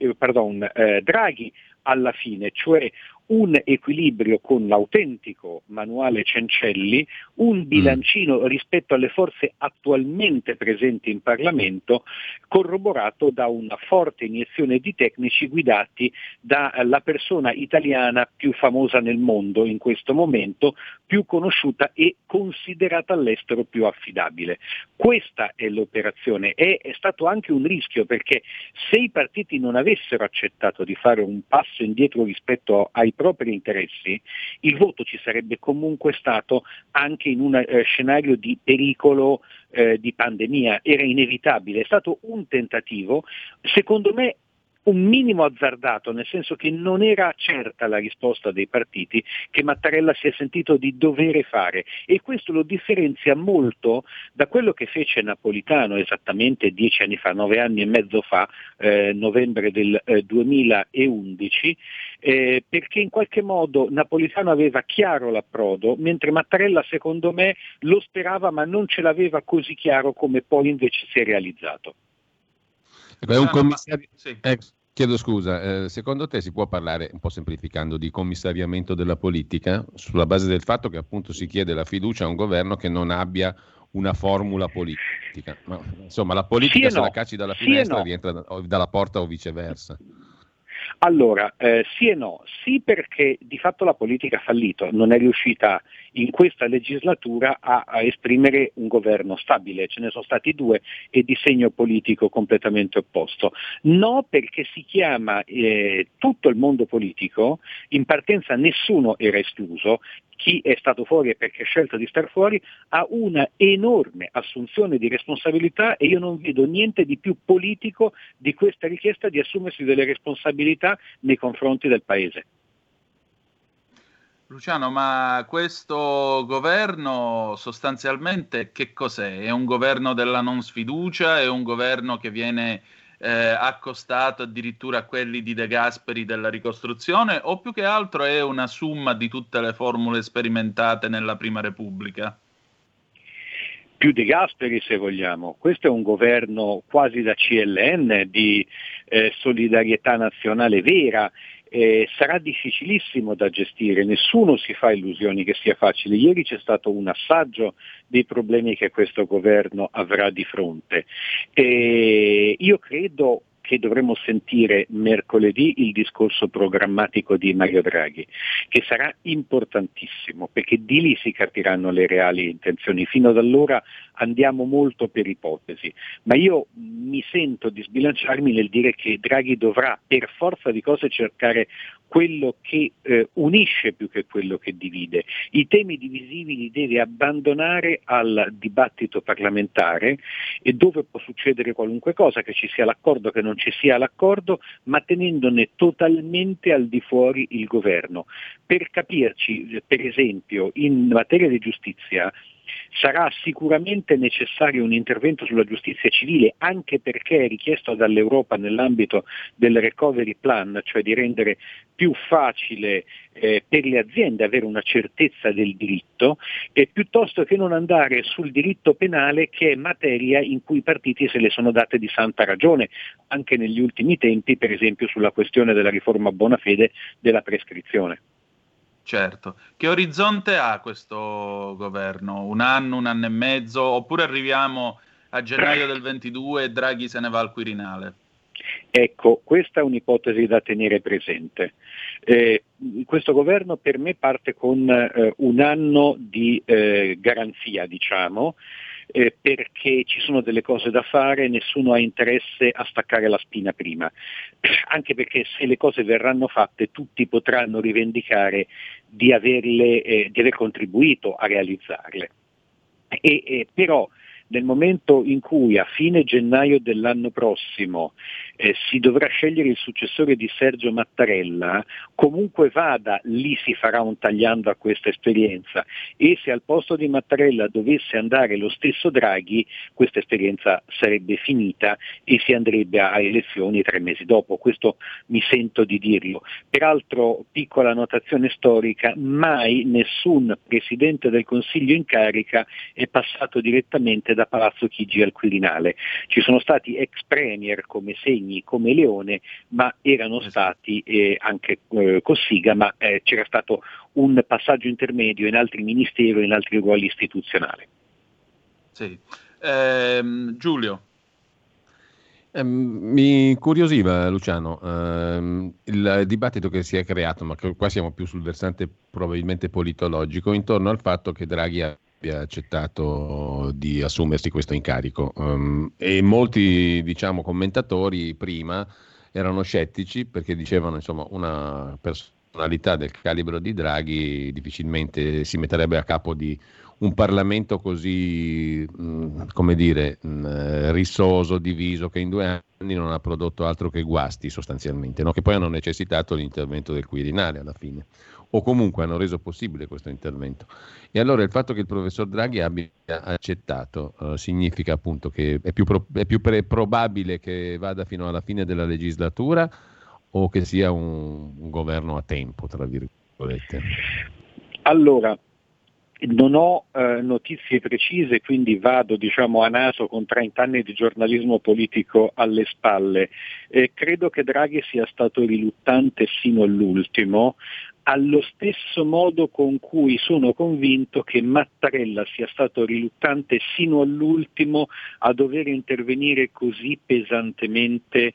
Speaker 22: Draghi alla fine, cioè un equilibrio con l'autentico manuale Cencelli, un bilancino rispetto alle forze attualmente presenti in Parlamento, corroborato da una forte iniezione di tecnici guidati dalla persona italiana più famosa nel mondo in questo momento, più conosciuta e considerata all'estero più affidabile. Questa è l'operazione. È stato anche un rischio, perché se i partiti non avessero accettato di fare un passo indietro rispetto ai propri interessi, il voto ci sarebbe comunque stato anche in un scenario di pericolo di pandemia. Era inevitabile, è stato un tentativo, secondo me un minimo azzardato, nel senso che non era certa la risposta dei partiti, che Mattarella si è sentito di dovere fare, e questo lo differenzia molto da quello che fece Napolitano esattamente 10 anni fa, 9 anni e mezzo fa, novembre del 2011, perché in qualche modo Napolitano aveva chiaro l'approdo, mentre Mattarella secondo me lo sperava ma non ce l'aveva così chiaro come poi invece si è realizzato.
Speaker 5: È un commissario... Chiedo scusa, secondo te si può parlare, un po' semplificando, di commissariamento della politica sulla base del fatto che appunto si chiede la fiducia a un governo che non abbia una formula politica? Ma, insomma, la politica se la cacci dalla finestra rientra dalla porta o viceversa.
Speaker 22: Allora, sì e no. Sì, perché di fatto la politica ha fallito, non è riuscita in questa legislatura a esprimere un governo stabile, ce ne sono stati 2 e di segno politico completamente opposto. No, perché si chiama tutto il mondo politico, in partenza nessuno era escluso, chi è stato fuori è perché ha scelto di star fuori, ha una enorme assunzione di responsabilità, e io non vedo niente di più politico di questa richiesta di assumersi delle responsabilità nei confronti del Paese.
Speaker 4: Luciano, ma questo governo sostanzialmente che cos'è? È un governo della non sfiducia? È un governo che viene accostato addirittura a quelli di De Gasperi della ricostruzione, o più che altro è una summa di tutte le formule sperimentate nella Prima Repubblica?
Speaker 22: Più De Gasperi, se vogliamo. Questo è un governo quasi da CLN, di solidarietà nazionale vera. Sarà difficilissimo da gestire, nessuno si fa illusioni che sia facile. Ieri c'è stato un assaggio dei problemi che questo governo avrà di fronte. Io credo che dovremo sentire mercoledì il discorso programmatico di Mario Draghi, che sarà importantissimo, perché di lì si capiranno le reali intenzioni. Fino ad allora andiamo molto per ipotesi, ma io mi sento di sbilanciarmi nel dire che Draghi dovrà per forza di cose cercare quello che unisce più che quello che divide. I temi divisivi li deve abbandonare al dibattito parlamentare, e dove può succedere qualunque cosa, che ci sia l'accordo, che non ci sia l'accordo, ma tenendone totalmente al di fuori il governo. Per capirci, per esempio, in materia di giustizia sarà sicuramente necessario un intervento sulla giustizia civile, anche perché è richiesto dall'Europa nell'ambito del recovery plan, cioè di rendere più facile per le aziende avere una certezza del diritto, piuttosto che non andare sul diritto penale, che è materia in cui i partiti se le sono date di santa ragione, anche negli ultimi tempi, per esempio sulla questione della riforma Bonafede della prescrizione.
Speaker 4: Certo. Che orizzonte ha questo governo? Un anno e mezzo? Oppure arriviamo a gennaio del 22 e Draghi se ne va al Quirinale?
Speaker 22: Ecco, questa è un'ipotesi da tenere presente. Questo governo per me parte con un anno di garanzia, diciamo, perché ci sono delle cose da fare, nessuno ha interesse a staccare la spina prima, anche perché se le cose verranno fatte tutti potranno rivendicare di aver contribuito a realizzarle. Però nel momento in cui a fine gennaio dell'anno prossimo si dovrà scegliere il successore di Sergio Mattarella, comunque vada, lì si farà un tagliando a questa esperienza, e se al posto di Mattarella dovesse andare lo stesso Draghi, questa esperienza sarebbe finita e si andrebbe a elezioni 3 mesi dopo. Questo mi sento di dirlo. Peraltro, piccola notazione storica, mai nessun Presidente del Consiglio in carica è passato direttamente da Palazzo Chigi al Quirinale. Ci sono stati ex premier come Segni, come Leone, ma erano stati anche Cossiga, ma c'era stato un passaggio intermedio in altri ministeri o in altri ruoli istituzionali.
Speaker 4: Sì. Giulio.
Speaker 5: Mi incuriosiva, Luciano, il dibattito che si è creato, ma qua siamo più sul versante probabilmente politologico, intorno al fatto che Draghi abbia accettato di assumersi questo incarico, e molti, diciamo, commentatori prima erano scettici perché dicevano, insomma, una personalità del calibro di Draghi difficilmente si metterebbe a capo di un Parlamento così, come dire, rissoso, diviso, che in 2 anni non ha prodotto altro che guasti sostanzialmente, no? Che poi hanno necessitato l'intervento del Quirinale alla fine, o comunque hanno reso possibile questo intervento. E allora il fatto che il professor Draghi abbia accettato significa appunto che è più probabile che vada fino alla fine della legislatura, o che sia un governo a tempo, tra virgolette?
Speaker 22: Allora, non ho notizie precise, quindi vado, diciamo, a naso con 30 anni di giornalismo politico alle spalle. Credo che Draghi sia stato riluttante sino all'ultimo, allo stesso modo con cui sono convinto che Mattarella sia stato riluttante sino all'ultimo a dover intervenire così pesantemente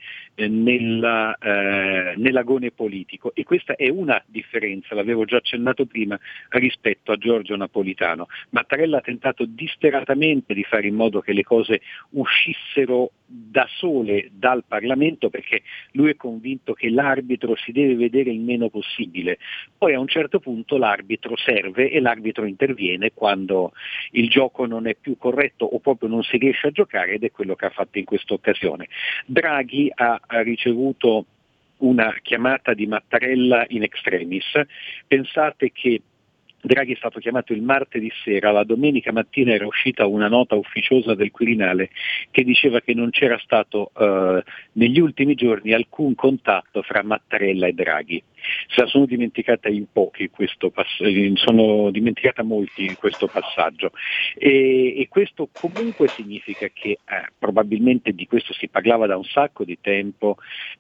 Speaker 22: nell'agone politico, e questa è una differenza, l'avevo già accennato prima, rispetto a Giorgio Napolitano. Mattarella ha tentato disperatamente di fare in modo che le cose uscissero da sole dal Parlamento, perché lui è convinto che l'arbitro si deve vedere il meno possibile. Poi a un certo punto l'arbitro serve e l'arbitro interviene quando il gioco non è più corretto o proprio non si riesce a giocare, ed è quello che ha fatto in questa occasione. Draghi ha ricevuto una chiamata di Mattarella in extremis. Pensate che Draghi è stato chiamato il martedì sera, la domenica mattina era uscita una nota ufficiosa del Quirinale che diceva che non c'era stato negli ultimi giorni alcun contatto fra Mattarella e Draghi. Se la sono dimenticata in pochi sono dimenticata molti in questo passaggio, e questo comunque significa che probabilmente di questo si parlava da un sacco di tempo,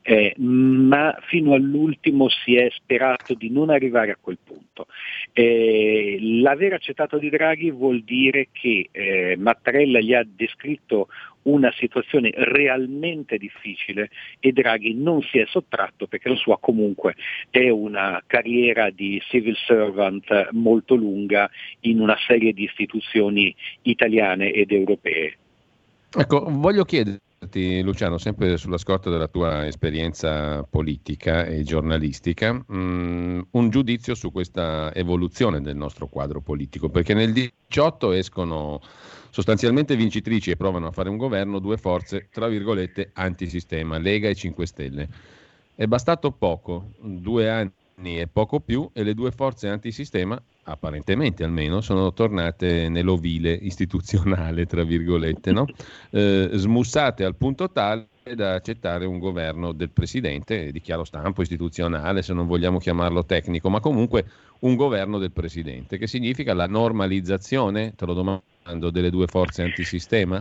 Speaker 22: ma fino all'ultimo si è sperato di non arrivare a quel punto. L'aver accettato di Draghi vuol dire che Mattarella gli ha descritto una situazione realmente difficile e Draghi non si è sottratto, perché la sua comunque è una carriera di civil servant molto lunga in una serie di istituzioni italiane ed europee.
Speaker 5: Ecco, voglio chiederti, Luciano, sempre sulla scorta della tua esperienza politica e giornalistica, un giudizio su questa evoluzione del nostro quadro politico, perché nel 2018 escono sostanzialmente vincitrici e provano a fare un governo 2 forze, tra virgolette, antisistema, Lega e 5 Stelle. È bastato poco, 2 anni e poco più, e le 2 forze antisistema, apparentemente almeno, sono tornate nell'ovile istituzionale, tra virgolette, no? Smussate al punto tale da accettare un governo del presidente, di chiaro stampo istituzionale, se non vogliamo chiamarlo tecnico, ma comunque un governo del presidente, che significa la normalizzazione, te lo domando, delle 2 forze antisistema?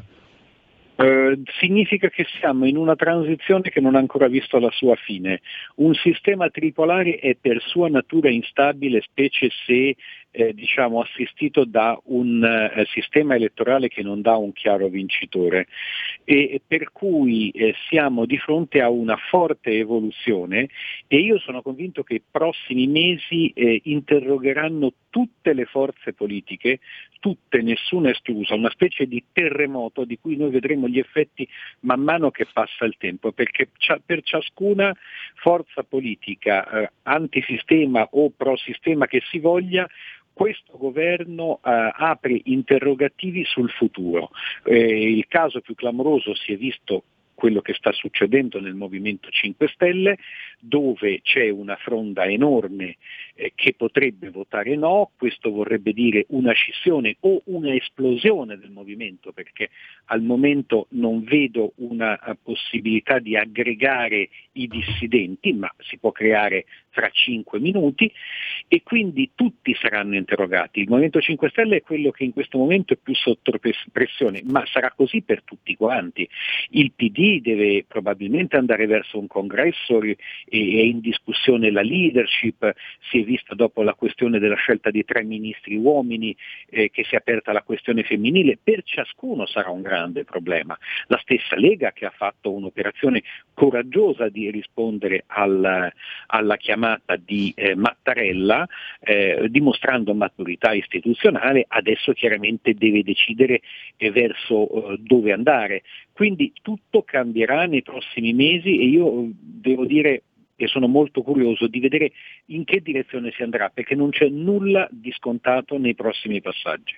Speaker 22: Significa che siamo in una transizione che non ha ancora visto la sua fine. Un sistema tripolare è per sua natura instabile, specie se assistito da un sistema elettorale che non dà un chiaro vincitore, e per cui siamo di fronte a una forte evoluzione, e io sono convinto che i prossimi mesi interrogheranno tutte le forze politiche, tutte, nessuna esclusa, una specie di terremoto di cui noi vedremo gli effetti man mano che passa il tempo, perché per ciascuna forza politica, antisistema o pro-sistema che si voglia, questo governo apre interrogativi sul futuro. Il caso più clamoroso si è visto quello che sta succedendo nel Movimento 5 Stelle, dove c'è una fronda enorme che potrebbe votare no. Questo vorrebbe dire una scissione o una esplosione del movimento, perché al momento non vedo una possibilità di aggregare i dissidenti, ma si può creare fra 5 minuti, e quindi tutti saranno interrogati. Il Movimento 5 Stelle è quello che in questo momento è più sotto pressione, ma sarà così per tutti quanti. Il PD deve probabilmente andare verso un congresso, è in discussione la leadership, si è vista dopo la questione della scelta di 3 ministri uomini che si è aperta la questione femminile. Per ciascuno sarà un grande problema. La stessa Lega, che ha fatto un'operazione coraggiosa di rispondere alla chiamata di Mattarella, dimostrando maturità istituzionale, adesso chiaramente deve decidere verso dove andare. Quindi tutto cambierà nei prossimi mesi, e io devo dire che sono molto curioso di vedere in che direzione si andrà, perché non c'è nulla di scontato nei prossimi passaggi.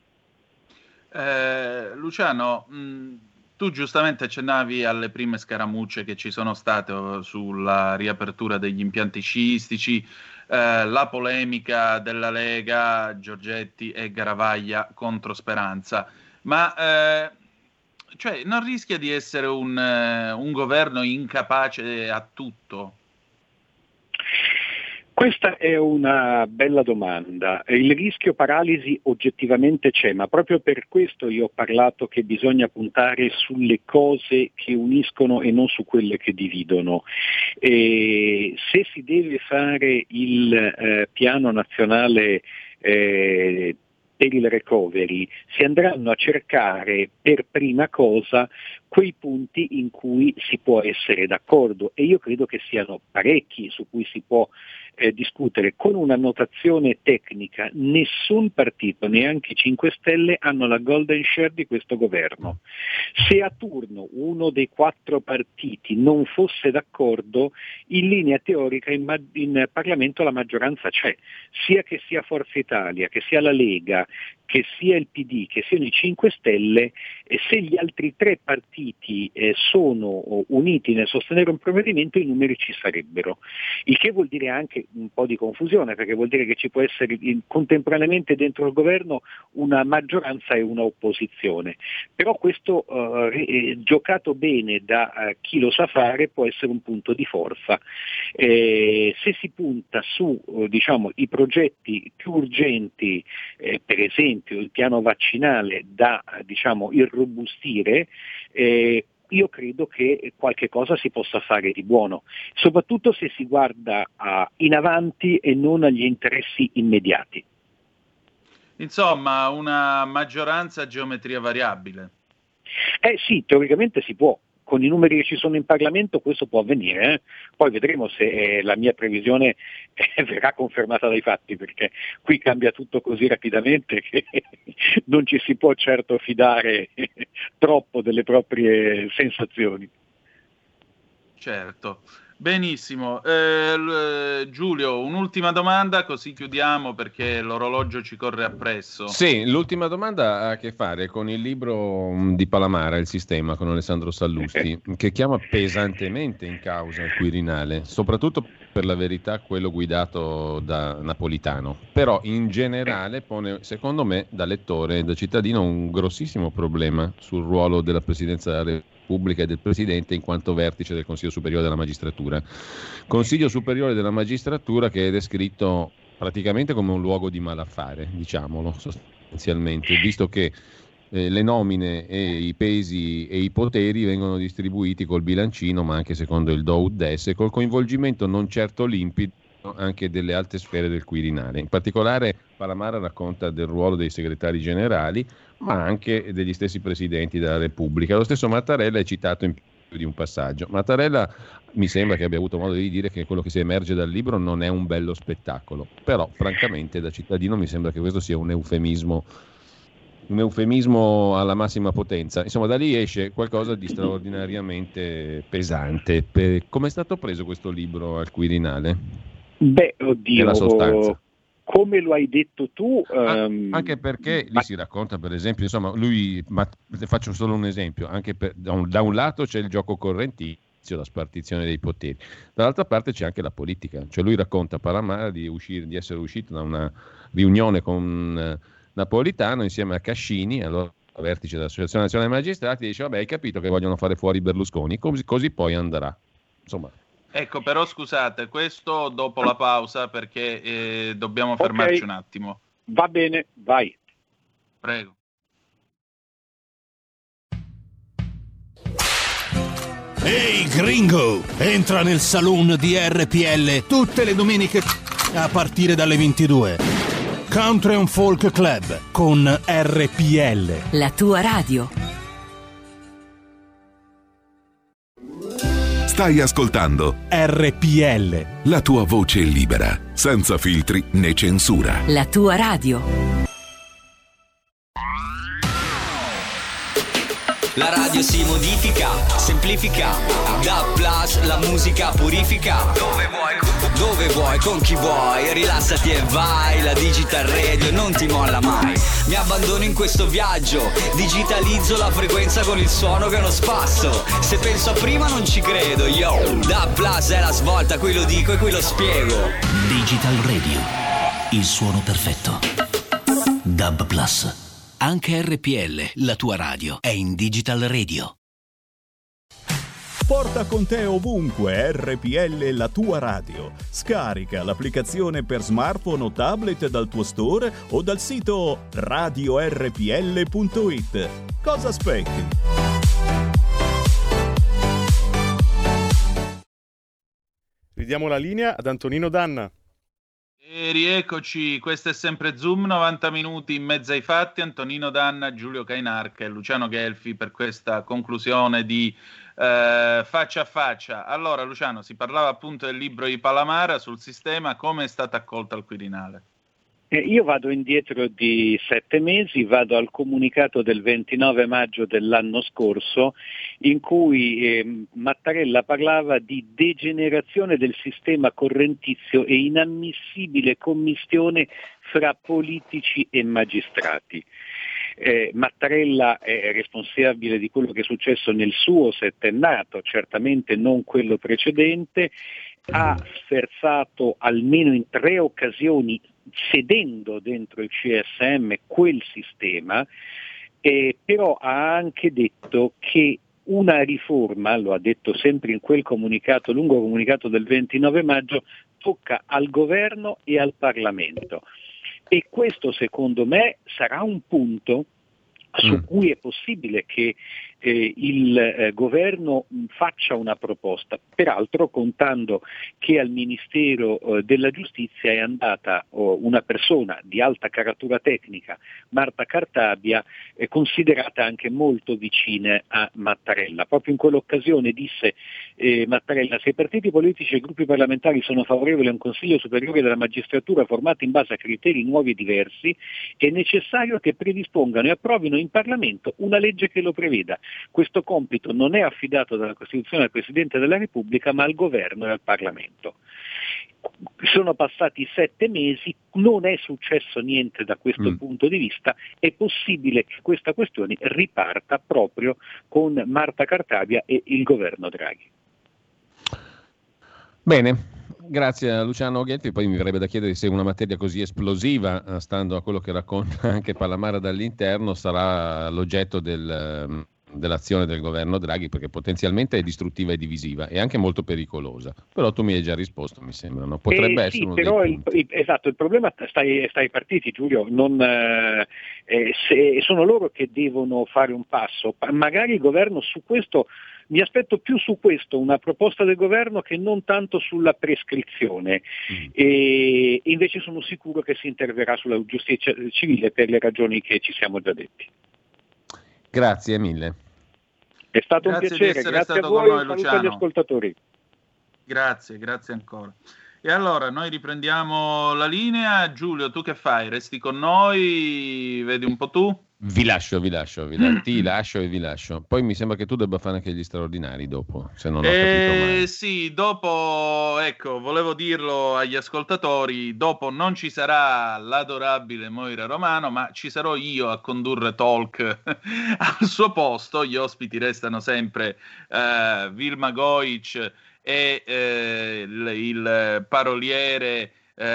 Speaker 4: Luciano, tu giustamente accennavi alle prime scaramucce che ci sono state sulla riapertura degli impianti sciistici, la polemica della Lega, Giorgetti e Garavaglia contro Speranza, ma non rischia di essere un governo incapace a tutto?
Speaker 22: Questa è una bella domanda. Il rischio paralisi oggettivamente c'è, ma proprio per questo io ho parlato che bisogna puntare sulle cose che uniscono e non su quelle che dividono. Se si deve fare il piano nazionale per il recovery, si andranno a cercare per prima cosa quei punti in cui si può essere d'accordo, e io credo che siano parecchi su cui si può discutere. Con una notazione tecnica: nessun partito, neanche i 5 Stelle, hanno la golden share di questo governo. Se a turno uno dei 4 partiti non fosse d'accordo, in linea teorica in Parlamento la maggioranza c'è, sia che sia Forza Italia, che sia la Lega, che sia il PD, che siano i 5 Stelle. Se gli altri 3 partiti sono uniti nel sostenere un provvedimento, i numeri ci sarebbero, il che vuol dire anche un po' di confusione, perché vuol dire che ci può essere contemporaneamente dentro il governo una maggioranza e una opposizione. Però questo giocato bene da chi lo sa fare può essere un punto di forza. Se si punta su i progetti più urgenti, per esempio il piano vaccinale da irrobustire, io credo che qualche cosa si possa fare di buono, soprattutto se si guarda in avanti e non agli interessi immediati.
Speaker 4: Insomma, una maggioranza a geometria variabile.
Speaker 22: Sì, teoricamente si può. Con i numeri che ci sono in Parlamento questo può avvenire, Poi vedremo se la mia previsione verrà confermata dai fatti, perché qui cambia tutto così rapidamente che non ci si può certo fidare troppo delle proprie sensazioni.
Speaker 4: Certo. Benissimo. Giulio, un'ultima domanda, così chiudiamo perché l'orologio ci corre appresso.
Speaker 5: Sì, l'ultima domanda ha a che fare con il libro di Palamara, Il sistema, con Alessandro Sallusti, che chiama pesantemente in causa il Quirinale, soprattutto per la verità quello guidato da Napolitano. Però in generale pone, secondo me, da lettore e da cittadino, un grossissimo problema sul ruolo della Presidenza della Repubblica e del Presidente in quanto vertice del Consiglio Superiore della Magistratura. Consiglio Superiore della Magistratura che è descritto praticamente come un luogo di malaffare, diciamolo sostanzialmente, visto che le nomine e i pesi e i poteri vengono distribuiti col bilancino, ma anche secondo il do ut des, e col coinvolgimento non certo limpido anche delle alte sfere del Quirinale. In particolare Palamara racconta del ruolo dei segretari generali, ma anche degli stessi presidenti della Repubblica. Lo stesso Mattarella è citato in più di un passaggio. Mattarella mi sembra che abbia avuto modo di dire che quello che si emerge dal libro non è un bello spettacolo, però francamente da cittadino mi sembra che questo sia un eufemismo alla massima potenza. Insomma, da lì esce qualcosa di straordinariamente pesante. Come è stato preso questo libro al Quirinale?
Speaker 22: Beh, oddio,
Speaker 5: nella sostanza.
Speaker 22: Come lo hai detto tu...
Speaker 5: Anche perché lì si racconta, per esempio, insomma, faccio solo un esempio, anche da un lato c'è il gioco correntizio, la spartizione dei poteri, dall'altra parte c'è anche la politica, cioè lui racconta a Palamara di essere uscito da una riunione con Napolitano insieme a Cascini, allora vertice dell'Associazione Nazionale dei Magistrati, e dice vabbè, hai capito che vogliono fare fuori Berlusconi, così poi andrà, insomma.
Speaker 4: Ecco, però scusate, questo dopo la pausa perché dobbiamo fermarci un attimo.
Speaker 22: Va bene, vai.
Speaker 4: Prego.
Speaker 6: Ehi gringo, entra nel saloon di RPL tutte le domeniche a partire dalle 22. Country and Folk Club con RPL.
Speaker 19: La tua radio.
Speaker 10: Stai ascoltando
Speaker 3: RPL.
Speaker 10: La tua voce libera, senza filtri né censura.
Speaker 19: La tua radio.
Speaker 7: La radio si modifica, semplifica, da plus la musica purifica. Dove vuoi, con chi vuoi, rilassati e vai. La Digital Radio non ti molla mai. Mi abbandono in questo viaggio, digitalizzo la frequenza con il suono che è uno spasso. Se penso a prima non ci credo, yo. Da plus è la svolta, qui lo dico e qui lo spiego.
Speaker 8: Digital Radio, il suono perfetto. Dub Plus. Anche RPL, la tua radio, è in Digital Radio.
Speaker 23: Porta con te ovunque RPL, la tua radio. Scarica l'applicazione per smartphone o tablet dal tuo store o dal sito radiorpl.it. Cosa aspetti?
Speaker 24: Ridiamo la linea ad Antonino Danna.
Speaker 4: E rieccoci, questo è sempre Zoom, 90 minuti in mezzo ai fatti. Antonino Danna, Giulio Cainarca e Luciano Gelfi per questa conclusione di Faccia a Faccia. Allora Luciano, si parlava appunto del libro di Palamara sul sistema, come è stata accolta al Quirinale?
Speaker 22: Io vado indietro di 7 mesi, vado al comunicato del 29 maggio dell'anno scorso in cui Mattarella parlava di degenerazione del sistema correntizio e inammissibile commistione fra politici e magistrati. Mattarella è responsabile di quello che è successo nel suo settennato, certamente non quello precedente, ha sferzato almeno in 3 occasioni sedendo dentro il CSM quel sistema, però ha anche detto che una riforma, lo ha detto sempre in quel comunicato, lungo comunicato del 29 maggio, tocca al governo e al Parlamento. E questo secondo me sarà un punto su cui è possibile che il governo faccia una proposta, peraltro contando che al Ministero della Giustizia è andata una persona di alta caratura tecnica, Marta Cartabia, considerata anche molto vicina a Mattarella. Proprio in quell'occasione disse Mattarella: se i partiti politici e i gruppi parlamentari sono favorevoli a un Consiglio Superiore della Magistratura formato in base a criteri nuovi e diversi, è necessario che predispongano e approvino in Parlamento una legge che lo preveda. Questo compito non è affidato dalla Costituzione al Presidente della Repubblica, ma al Governo e al Parlamento. Sono passati 7 mesi, non è successo niente da questo punto di vista, è possibile che questa questione riparta proprio con Marta Cartabia e il governo Draghi.
Speaker 5: Bene, grazie a Luciano Gelfi. Poi mi verrebbe da chiedere se una materia così esplosiva, stando a quello che racconta anche Palamara dall'interno, sarà l'oggetto del dell'azione del governo Draghi, perché potenzialmente è distruttiva e divisiva e anche molto pericolosa. Però tu mi hai già risposto, mi sembra, no? Potrebbe essere uno
Speaker 22: però
Speaker 5: dei punti.
Speaker 22: Esatto, il problema sta ai partiti, Giulio, se sono loro che devono fare un passo. Magari il governo su questo, mi aspetto più su questo una proposta del governo che non tanto sulla prescrizione, e invece sono sicuro che si interverrà sulla giustizia civile per le ragioni che ci siamo già detti.
Speaker 5: Grazie mille.
Speaker 22: È stato
Speaker 4: Grazie
Speaker 22: un piacere,
Speaker 4: di essere
Speaker 22: grazie a
Speaker 4: stato
Speaker 22: voi,
Speaker 4: con noi,
Speaker 22: un saluto
Speaker 4: Luciano.
Speaker 22: agli ascoltatori.
Speaker 4: Grazie ancora. E allora noi riprendiamo la linea. Giulio, tu che fai? Resti con noi? Vedi un po' tu?
Speaker 5: Ti lascio e vi lascio. Poi mi sembra che tu debba fare anche gli straordinari dopo, se non ho capito male.
Speaker 4: Sì, dopo, ecco, volevo dirlo agli ascoltatori, dopo non ci sarà l'adorabile Moira Romano, ma ci sarò io a condurre talk al suo posto. Gli ospiti restano sempre Vilma Goic e il paroliere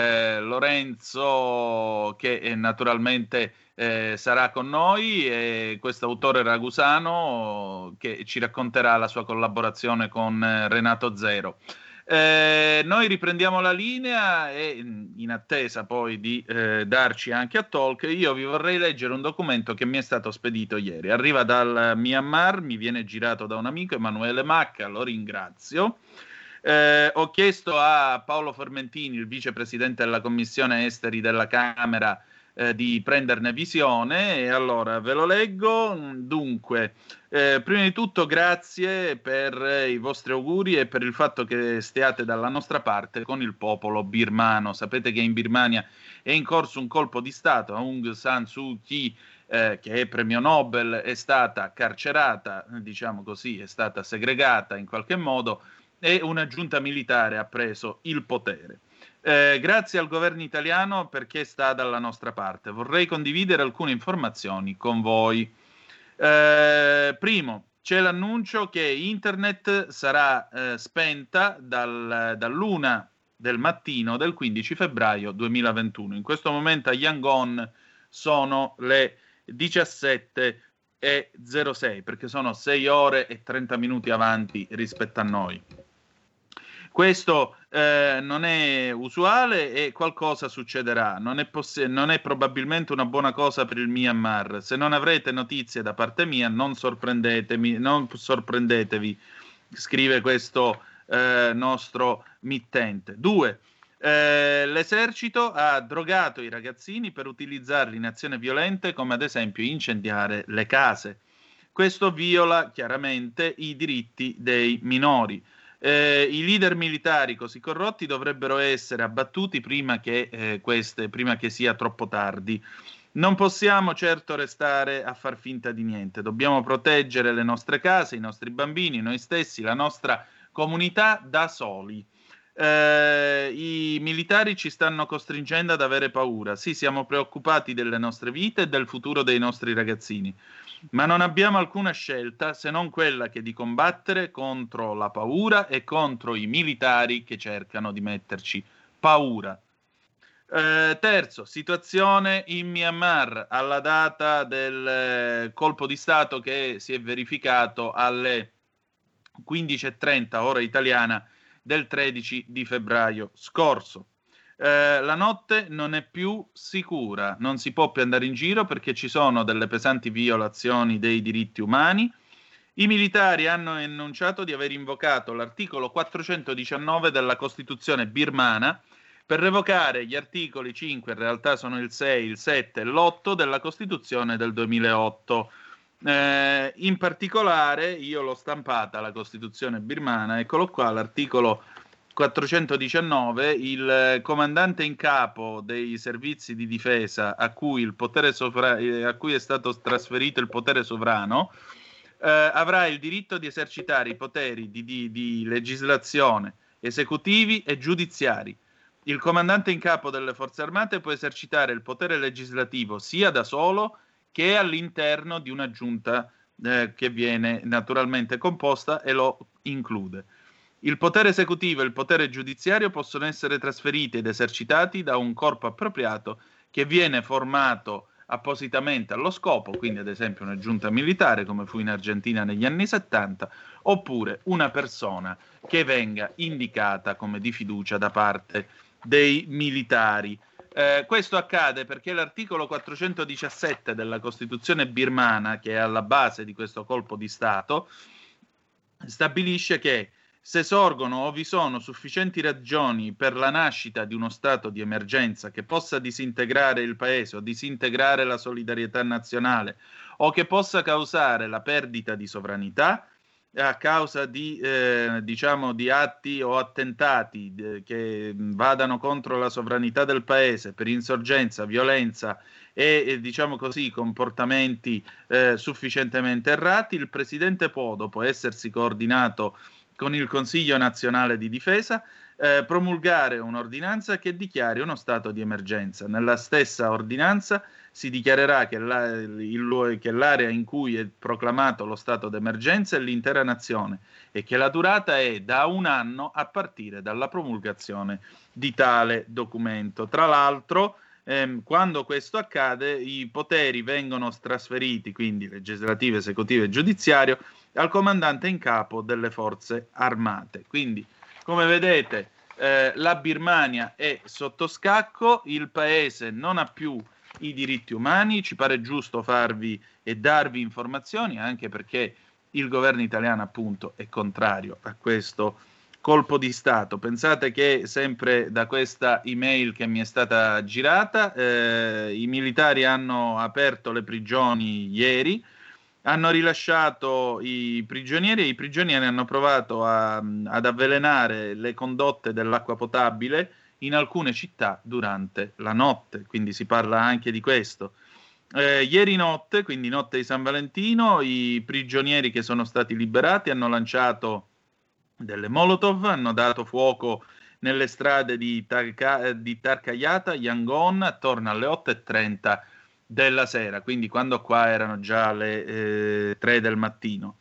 Speaker 4: Lorenzo, che naturalmente sarà con noi, e questo autore ragusano che ci racconterà la sua collaborazione con Renato Zero. Noi riprendiamo la linea e, in attesa poi di darci anche a talk, io vi vorrei leggere un documento che mi è stato spedito ieri. Arriva dal Myanmar, mi viene girato da un amico, Emanuele Macca, lo ringrazio. Ho chiesto a Paolo Formentini, il vicepresidente della Commissione Esteri della Camera, di prenderne visione, e allora ve lo leggo. Dunque, prima di tutto grazie per i vostri auguri e per il fatto che stiate dalla nostra parte con il popolo birmano. Sapete che in Birmania è in corso un colpo di Stato. Aung San Suu Kyi, che è premio Nobel, è stata carcerata, diciamo così, è stata segregata in qualche modo, e una giunta militare ha preso il potere. Grazie al governo italiano perché sta dalla nostra parte. Vorrei condividere alcune informazioni con voi. Primo, c'è l'annuncio che internet sarà spenta dall'1 del mattino del 15 febbraio 2021. In questo momento a Yangon sono le 17:06, perché sono 6 ore e 30 minuti avanti rispetto a noi. Questo non è usuale e qualcosa succederà. Non è probabilmente una buona cosa per il Myanmar. Se non avrete notizie da parte mia, non sorprendetevi, scrive questo nostro mittente. 2. L'esercito ha drogato i ragazzini per utilizzarli in azioni violente, come ad esempio incendiare le case. Questo viola chiaramente i diritti dei minori. I leader militari così corrotti dovrebbero essere abbattuti prima che sia troppo tardi. Non possiamo certo restare a far finta di niente. Dobbiamo proteggere le nostre case, i nostri bambini, noi stessi, la nostra comunità da soli. I militari ci stanno costringendo ad avere paura. Sì, siamo preoccupati delle nostre vite e del futuro dei nostri ragazzini, ma non abbiamo alcuna scelta se non quella che di combattere contro la paura e contro i militari che cercano di metterci paura. Terzo, situazione in Myanmar alla data del colpo di Stato che si è verificato alle 15:30 ora italiana del 13 di febbraio scorso. La notte non è più sicura, non si può più andare in giro perché ci sono delle pesanti violazioni dei diritti umani. I militari hanno annunciato di aver invocato l'articolo 419 della Costituzione birmana per revocare gli articoli 5, in realtà sono il 6, il 7 e l'8 della Costituzione del 2008. In particolare, io l'ho stampata la Costituzione birmana, eccolo qua, l'articolo 419, il comandante in capo dei servizi di difesa a cui è stato trasferito il potere sovrano avrà il diritto di esercitare i poteri di legislazione, esecutivi e giudiziari. Il comandante in capo delle forze armate può esercitare il potere legislativo sia da solo che all'interno di una giunta che viene naturalmente composta e lo include. Il potere esecutivo e il potere giudiziario possono essere trasferiti ed esercitati da un corpo appropriato che viene formato appositamente allo scopo, quindi ad esempio una giunta militare come fu in Argentina negli anni 70, oppure una persona che venga indicata come di fiducia da parte dei militari. Questo accade perché l'articolo 417 della Costituzione birmana, che è alla base di questo colpo di Stato, stabilisce che se sorgono o vi sono sufficienti ragioni per la nascita di uno stato di emergenza che possa disintegrare il paese o disintegrare la solidarietà nazionale o che possa causare la perdita di sovranità a causa di atti o attentati che vadano contro la sovranità del paese per insorgenza, violenza e diciamo così comportamenti sufficientemente errati, il Presidente può, dopo essersi coordinato con il Consiglio Nazionale di Difesa, promulgare un'ordinanza che dichiari uno stato di emergenza. Nella stessa ordinanza si dichiarerà che l'area in cui è proclamato lo stato d'emergenza è l'intera nazione e che la durata è da 1 anno a partire dalla promulgazione di tale documento. Tra l'altro, quando questo accade, i poteri vengono trasferiti, quindi legislativo, esecutivo e giudiziario, al comandante in capo delle forze armate. Quindi, come vedete, la Birmania è sotto scacco, il paese non ha più i diritti umani, ci pare giusto farvi e darvi informazioni, anche perché il governo italiano appunto è contrario a questo colpo di Stato. Pensate che sempre da questa email che mi è stata girata, i militari hanno aperto le prigioni ieri, hanno rilasciato i prigionieri e i prigionieri hanno provato ad avvelenare le condotte dell'acqua potabile in alcune città durante la notte, quindi si parla anche di questo. Ieri notte, quindi notte di San Valentino, i prigionieri che sono stati liberati hanno lanciato delle Molotov, hanno dato fuoco nelle strade di Tarkayata, Yangon, attorno alle 8:30 della sera, quindi quando qua erano già le 3 del mattino.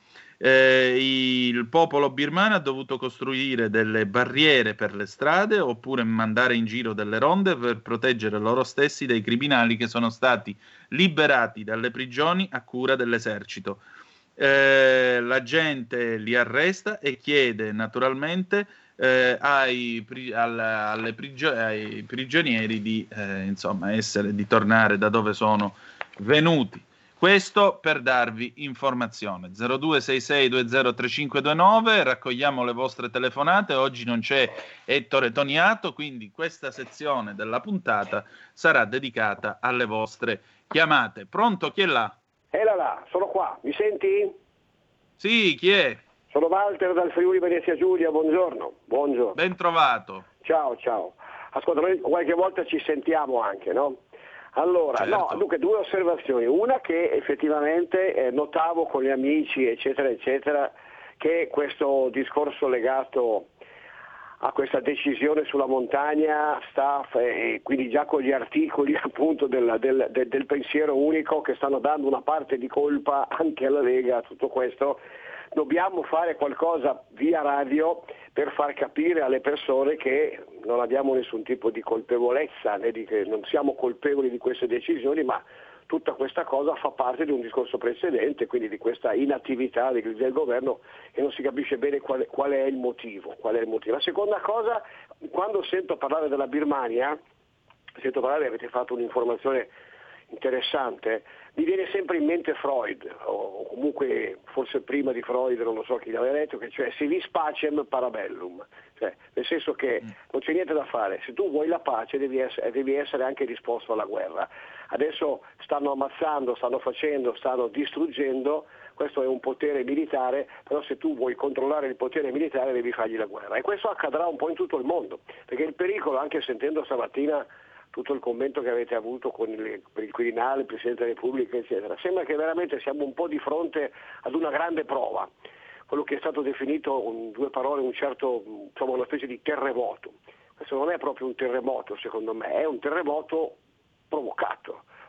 Speaker 4: Il popolo birmano ha dovuto costruire delle barriere per le strade oppure mandare in giro delle ronde per proteggere loro stessi dai criminali che sono stati liberati dalle prigioni a cura dell'esercito. La gente li arresta e chiede naturalmente ai prigionieri di di tornare da dove sono venuti. Questo per darvi informazione. 0266203529, raccogliamo le vostre telefonate. Oggi non c'è Ettore Toniato, quindi questa sezione della puntata sarà dedicata alle vostre chiamate. Pronto, chi è là?
Speaker 2: Là, sono qua, mi senti?
Speaker 4: Sì, chi è?
Speaker 2: Sono Walter dal Friuli Venezia Giulia, buongiorno. Buongiorno.
Speaker 4: Ben trovato.
Speaker 2: Ciao. Ascolta, noi qualche volta ci sentiamo anche, no? Allora,
Speaker 4: certo.
Speaker 2: No, dunque 2 osservazioni. Una che effettivamente notavo con gli amici, eccetera, eccetera, che questo discorso legato a questa decisione sulla montagna sta, quindi già con gli articoli appunto del pensiero unico che stanno dando una parte di colpa anche alla Lega a tutto questo, dobbiamo fare qualcosa via radio per far capire alle persone che non abbiamo nessun tipo di colpevolezza, né che non siamo colpevoli di queste decisioni, ma tutta questa cosa fa parte di un discorso precedente, quindi di questa inattività del governo e non si capisce bene qual è il motivo. La seconda cosa, quando sento parlare della Birmania, avete fatto un'informazione interessante, mi viene sempre in mente Freud, o comunque forse prima di Freud, non lo so chi l'aveva detto, che cioè si vis pacem parabellum, cioè nel senso che non c'è niente da fare, se tu vuoi la pace devi essere anche disposto alla guerra. Adesso stanno ammazzando, stanno distruggendo, questo è un potere militare, però se tu vuoi controllare il potere militare devi fargli la guerra, e questo accadrà un po' in tutto il mondo, perché il pericolo, anche sentendo stamattina tutto il commento che avete avuto per il Quirinale, il Presidente della Repubblica, eccetera, sembra che veramente siamo un po' di fronte ad una grande prova, quello che è stato definito in 2 parole una specie di terremoto. Questo non è proprio un terremoto, secondo me, è un terremoto provocato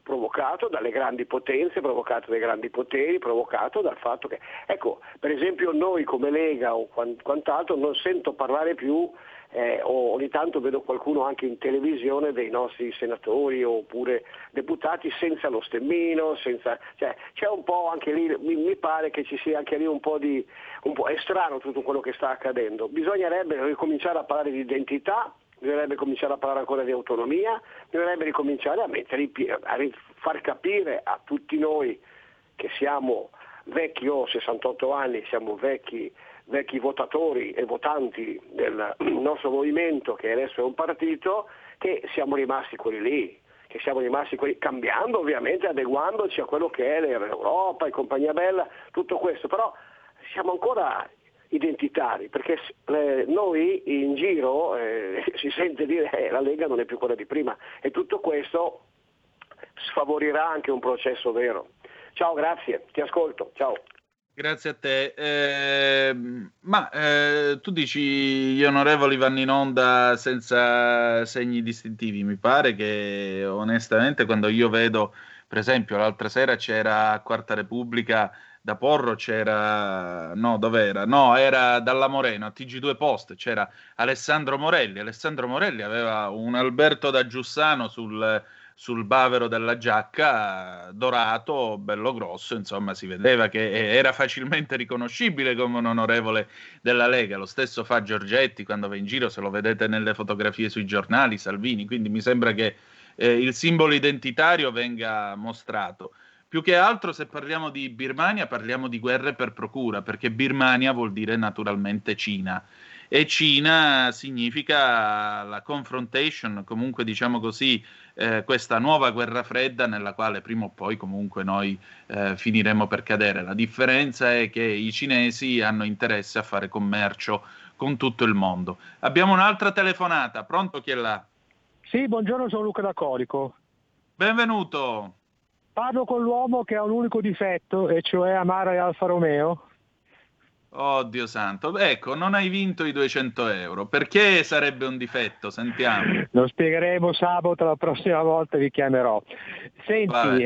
Speaker 2: provocato dalle grandi potenze, provocato dai grandi poteri, provocato dal fatto che, ecco, per esempio noi come Lega o quant'altro non sento parlare più, o ogni tanto vedo qualcuno anche in televisione dei nostri senatori oppure deputati senza lo stemmino, cioè c'è un po' anche lì, mi pare che ci sia anche lì un po', è strano tutto quello che sta accadendo. Bisognerebbe ricominciare a parlare di identità, bisognerebbe cominciare a parlare ancora di autonomia, bisognerebbe ricominciare a far capire a tutti noi che siamo vecchi, ho 68 anni, siamo vecchi votatori e votanti del nostro movimento, che adesso è un partito, che siamo rimasti quelli lì, cambiando ovviamente, adeguandoci a quello che è l'Europa e compagnia bella, tutto questo, però siamo ancora identitari, perché noi in giro si sente dire la Lega non è più quella di prima, e tutto questo sfavorirà anche un processo vero. Ciao, grazie, ti ascolto, ciao.
Speaker 4: Grazie a te. Tu dici gli onorevoli vanno in onda senza segni distintivi. Mi pare che onestamente quando io vedo, per esempio l'altra sera c'era a Quarta Repubblica da Porro, c'era, no, dov'era? No, era dalla Moreno, a TG2 Post, c'era Alessandro Morelli. Alessandro Morelli aveva un Alberto da Giussano sul bavero della giacca, dorato, bello grosso, insomma si vedeva che era facilmente riconoscibile come un onorevole della Lega. Lo stesso fa Giorgetti quando va in giro, se lo vedete nelle fotografie sui giornali, Salvini, quindi mi sembra che il simbolo identitario venga mostrato. Più che altro, se parliamo di Birmania, parliamo di guerre per procura, perché Birmania vuol dire naturalmente Cina. E Cina significa la confrontation, comunque diciamo così, questa nuova guerra fredda nella quale prima o poi comunque noi finiremo per cadere. La differenza è che i cinesi hanno interesse a fare commercio con tutto il mondo. Abbiamo un'altra telefonata, pronto, chi è là?
Speaker 9: Sì, buongiorno, sono Luca da Corico.
Speaker 4: Benvenuto.
Speaker 9: Parlo con l'uomo che ha un unico difetto, e cioè amare Alfa Romeo.
Speaker 4: Oddio santo, ecco, non hai vinto i 200 euro. Perché sarebbe un difetto? Sentiamo.
Speaker 9: Lo spiegheremo sabato, la prossima volta vi chiamerò. Senti,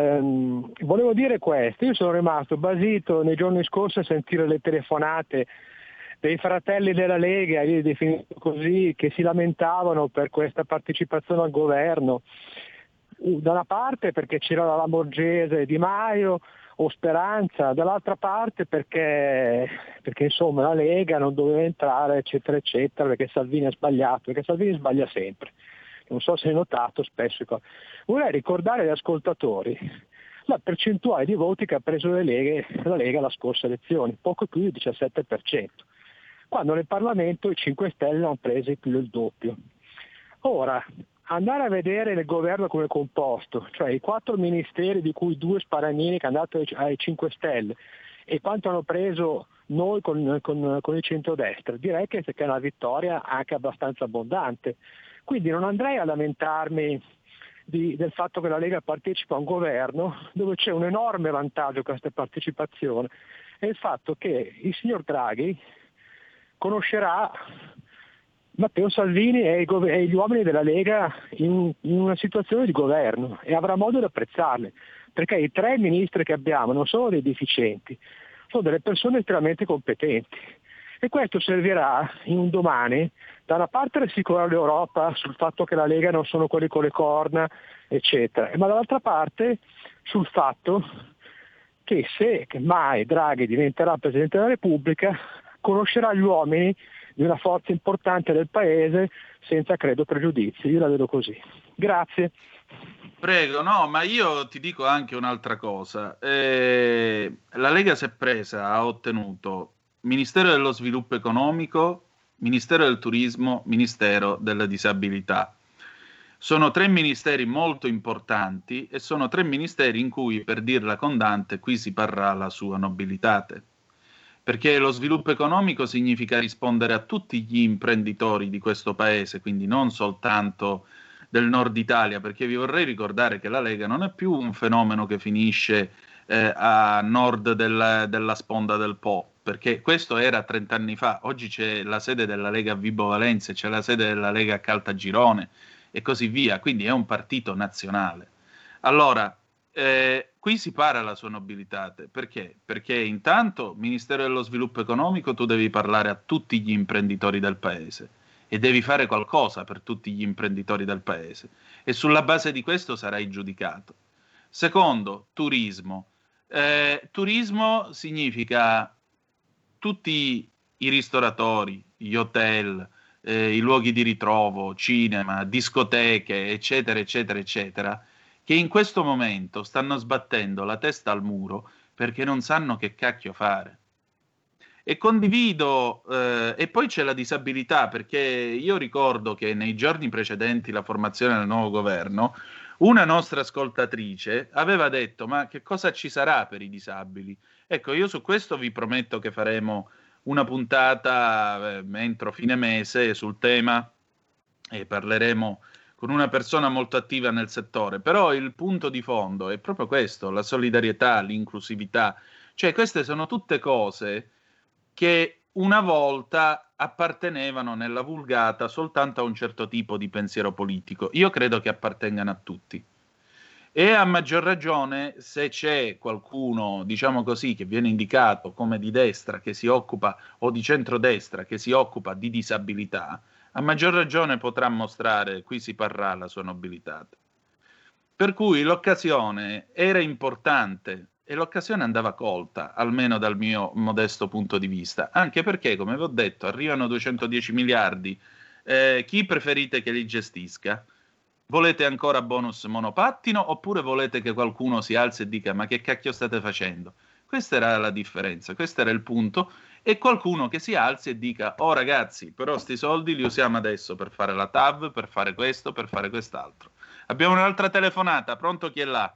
Speaker 9: volevo dire questo, io sono rimasto basito nei giorni scorsi a sentire le telefonate dei fratelli della Lega, io li definito così, che si lamentavano per questa partecipazione al governo. Da una parte perché c'era la Lamorgese, Di Maio o Speranza, dall'altra parte perché insomma la Lega non doveva entrare, eccetera eccetera, perché Salvini ha sbagliato, perché Salvini sbaglia sempre, non so se hai notato spesso. Vorrei ricordare agli ascoltatori la percentuale di voti che ha preso la Lega alle scorse elezioni, poco più del 17%, quando nel Parlamento i 5 Stelle hanno preso più del doppio. Ora, andare a vedere il governo come è composto, cioè i 4 ministeri di cui 2 sparanini che hanno dato ai 5 Stelle, e quanto hanno preso noi con il centrodestra, direi che è una vittoria anche abbastanza abbondante. Quindi non andrei a lamentarmi del fatto che la Lega partecipa a un governo dove c'è un enorme vantaggio questa partecipazione, è il fatto che il signor Draghi conoscerà Matteo Salvini e gli uomini della Lega in una situazione di governo e avrà modo di apprezzarle, perché i 3 ministri che abbiamo non sono dei deficienti, sono delle persone estremamente competenti, e questo servirà in un domani da una parte a rassicurare l'Europa sul fatto che la Lega non sono quelli con le corna eccetera, ma dall'altra parte sul fatto che se mai Draghi diventerà Presidente della Repubblica conoscerà gli uomini di una forza importante del paese senza, credo, pregiudizi. Io la vedo così. Grazie.
Speaker 4: Prego, no, ma io ti dico anche un'altra cosa. La Lega si è presa, ha ottenuto Ministero dello Sviluppo Economico, Ministero del Turismo, Ministero delle Disabilità. Sono 3 ministeri molto importanti e sono 3 ministeri in cui, per dirla con Dante, qui si parrà la sua nobilitate. Perché lo sviluppo economico significa rispondere a tutti gli imprenditori di questo paese, quindi non soltanto del nord Italia, perché vi vorrei ricordare che la Lega non è più un fenomeno che finisce a nord della sponda del Po, perché questo era 30 anni fa, oggi c'è la sede della Lega a Vibo Valentia, c'è la sede della Lega a Caltagirone e così via, quindi è un partito nazionale. Allora, qui si para la sua nobiltà. Perché? Perché intanto, Ministero dello Sviluppo Economico, tu devi parlare a tutti gli imprenditori del paese e devi fare qualcosa per tutti gli imprenditori del paese e sulla base di questo sarai giudicato. Secondo, turismo. Turismo significa tutti i ristoratori, gli hotel, i luoghi di ritrovo, cinema, discoteche, eccetera, eccetera, eccetera, che in questo momento stanno sbattendo la testa al muro perché non sanno che cacchio fare. E condivido, e poi c'è la disabilità, perché io ricordo che nei giorni precedenti la formazione del nuovo governo, una nostra ascoltatrice aveva detto: ma che cosa ci sarà per i disabili? Ecco, io su questo vi prometto che faremo una puntata entro fine mese sul tema e parleremo con una persona molto attiva nel settore, però il punto di fondo è proprio questo, la solidarietà, l'inclusività, cioè queste sono tutte cose che una volta appartenevano nella vulgata soltanto a un certo tipo di pensiero politico. Io credo che appartengano a tutti. E a maggior ragione se c'è qualcuno, diciamo così, che viene indicato come di destra, che si occupa, o di centrodestra, che si occupa di disabilità, a maggior ragione potrà mostrare, qui si parrà, la sua nobiltà. Per cui l'occasione era importante e l'occasione andava colta, almeno dal mio modesto punto di vista, anche perché, come vi ho detto, arrivano 210 miliardi, chi preferite che li gestisca? Volete ancora bonus monopattino oppure volete che qualcuno si alzi e dica: ma che cacchio state facendo? Questa era la differenza, questo era il punto, e qualcuno che si alzi e dica: oh ragazzi, però sti soldi li usiamo adesso per fare la TAV, per fare questo, per fare quest'altro. Abbiamo un'altra telefonata, pronto, chi è là?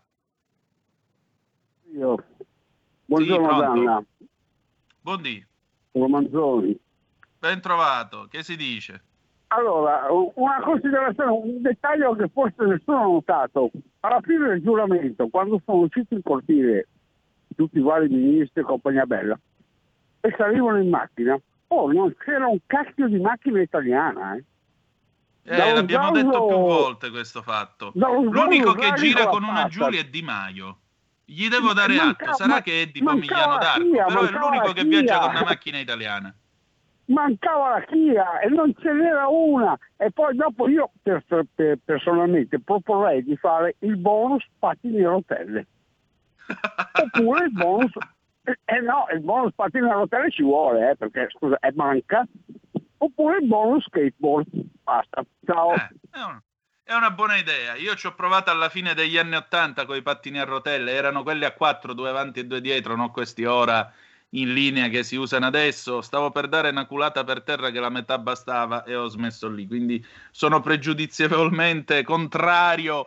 Speaker 1: Io. Buongiorno,
Speaker 4: sì,
Speaker 1: Danna.
Speaker 4: Buondì.
Speaker 1: Sono Manzoni.
Speaker 4: Ben trovato, che si dice?
Speaker 1: Allora, una considerazione, un dettaglio che forse nessuno ha notato. Alla fine del giuramento, quando sono usciti in cortile tutti i vari ministri e compagnia bella, e salivano in macchina, non c'era un cacchio di macchina italiana,
Speaker 4: l'abbiamo detto più volte questo fatto. L'unico che gira con una Giulia è Di Maio. Gli devo dare atto, sarà che è di Pomigliano d'Arco, però è l'unico che viaggia con una macchina italiana.
Speaker 1: Mancava la Kia e non ce n'era una, e poi dopo io personalmente proporrei di fare il bonus pattini a rotelle oppure il bonus il bonus pattini a rotelle ci vuole perché scusa manca, oppure il bonus skateboard, basta, ciao.
Speaker 4: È una buona idea. Io ci ho provato alla fine degli anni '80 con i pattini a rotelle, erano quelli a 4, 2 avanti e 2 dietro, non questi ora in linea che si usano adesso. Stavo per dare una culata per terra che la metà bastava e ho smesso lì, quindi sono pregiudizievolmente contrario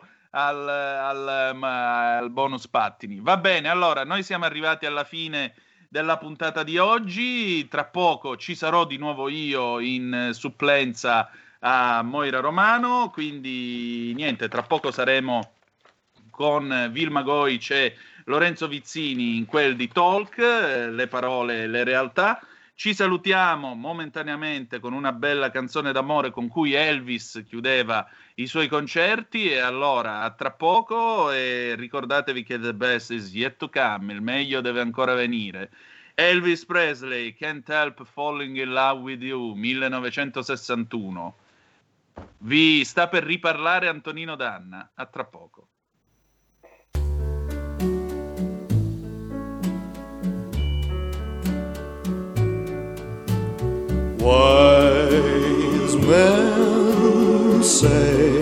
Speaker 4: al bonus pattini. Va bene, allora noi siamo arrivati alla fine della puntata di oggi, tra poco ci sarò di nuovo io in supplenza a Moira Romano, quindi niente, tra poco saremo con Vilma Goic e Lorenzo Vizzini in quel di Talk, le parole e le realtà. Ci salutiamo momentaneamente con una bella canzone d'amore con cui Elvis chiudeva i suoi concerti, e allora a tra poco, e ricordatevi che the best is yet to come, il meglio deve ancora venire. Elvis Presley, Can't Help Falling in Love with You, 1961. Vi sta per riparlare Antonino Danna, a tra poco.
Speaker 11: Wise men say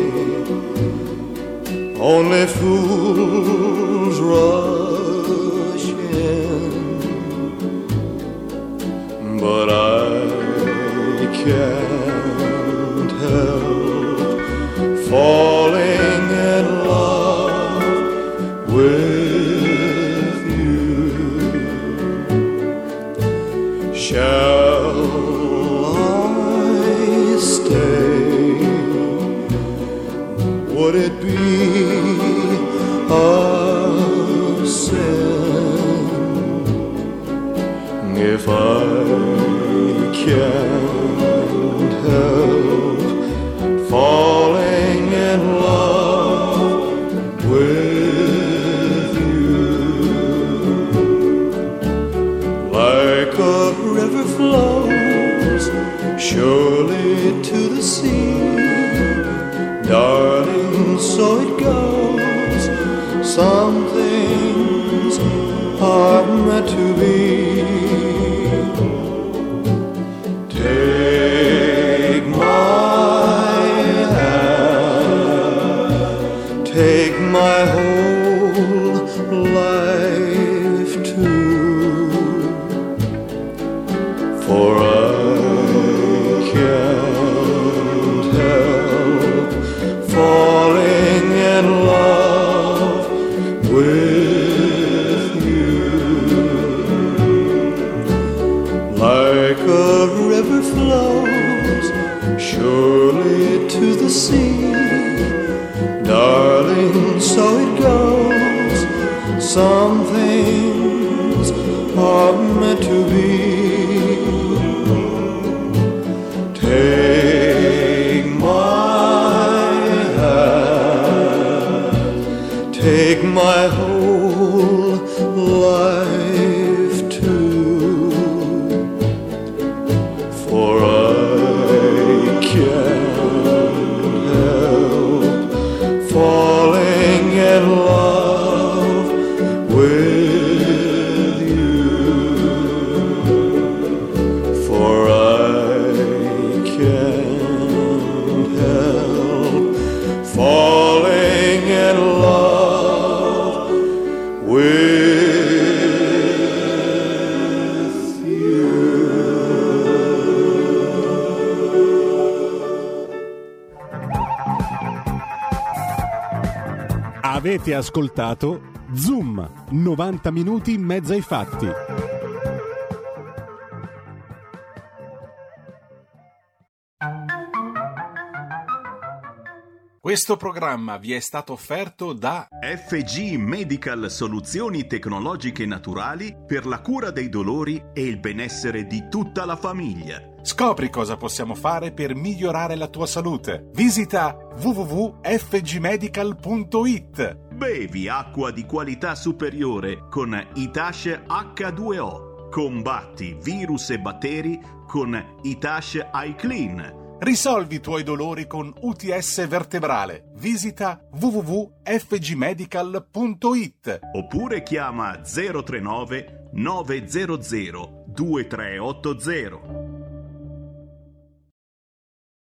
Speaker 11: only fools rush in, but I can't help falling in love with you. Would it be a sin if I can't help falling in love with surely to the sea. Darling, so it goes. Some things are meant to be. Take my hand, take my whole life too, for I can't help falling in love with you. Like a river flows surely to the sea. Darling, so it goes. Some things are meant to be. Take my hand, take my whole life too, for I can't help falling in love with you, for I can't help falling in love with
Speaker 3: Avete ascoltato Zoom, 90 minuti in mezzo ai fatti.
Speaker 12: Questo programma vi è stato offerto da
Speaker 23: FG Medical Soluzioni tecnologiche naturali per la cura dei dolori e il benessere di tutta la famiglia.
Speaker 12: Scopri cosa possiamo fare per migliorare la tua salute. Visita www.fgmedical.it.
Speaker 23: Bevi acqua di qualità superiore con Itash H2O. Combatti virus e batteri con Itash iClean.
Speaker 12: Risolvi i tuoi dolori con UTS vertebrale. Visita www.fgmedical.it.
Speaker 23: Oppure chiama 039 900 2380.